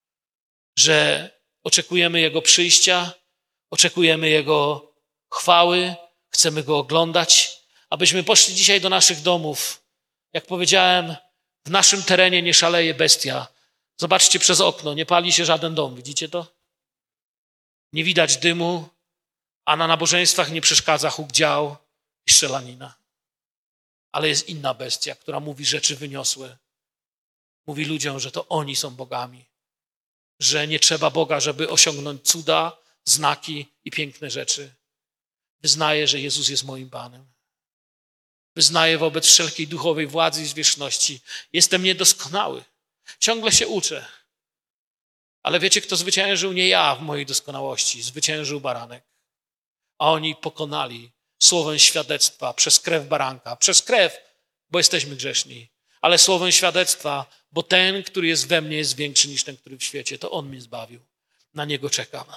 Że oczekujemy Jego przyjścia, oczekujemy Jego chwały, chcemy Go oglądać, abyśmy poszli dzisiaj do naszych domów. Jak powiedziałem, w naszym terenie nie szaleje bestia. Zobaczcie przez okno, nie pali się żaden dom. Widzicie to? Nie widać dymu, a na nabożeństwach nie przeszkadza huk dział i strzelanina. Ale jest inna bestia, która mówi rzeczy wyniosłe. Mówi ludziom, że to oni są bogami. Że nie trzeba Boga, żeby osiągnąć cuda, znaki i piękne rzeczy. Wyznaję, że Jezus jest moim Panem. Wyznaję wobec wszelkiej duchowej władzy i zwierzchności. Jestem niedoskonały. Ciągle się uczę. Ale wiecie, kto zwyciężył? Nie ja w mojej doskonałości. Zwyciężył baranek. A oni pokonali słowem świadectwa przez krew baranka. Przez krew, bo jesteśmy grzeszni. Ale słowem świadectwa, bo ten, który jest we mnie, jest większy niż ten, który w świecie. To On mnie zbawił. Na Niego czekam.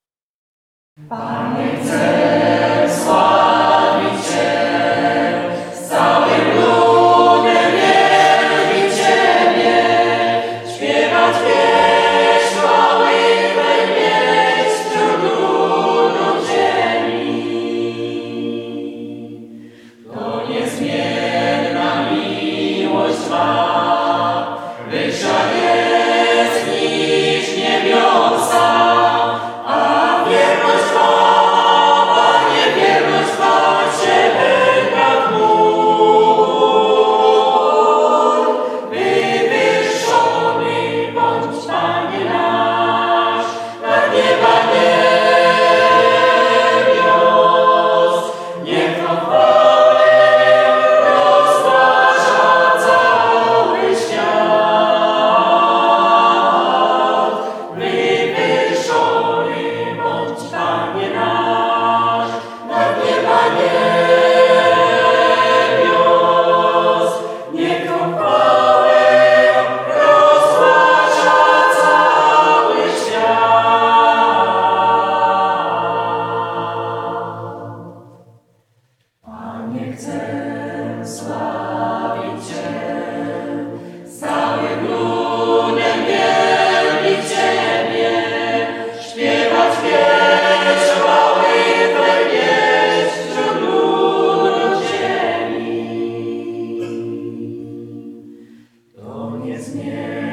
Panie, chcę sławić Cię z całym ludem, wielbić Ciebie, śpiewać pieśń chwały Twej miejsc wśród ludów ziemi. To niezmienna miłość Twa, wyższa jest niż niebiosa. Wierność Twa, Panie, wierność Twa się wypraw mój. niezmierna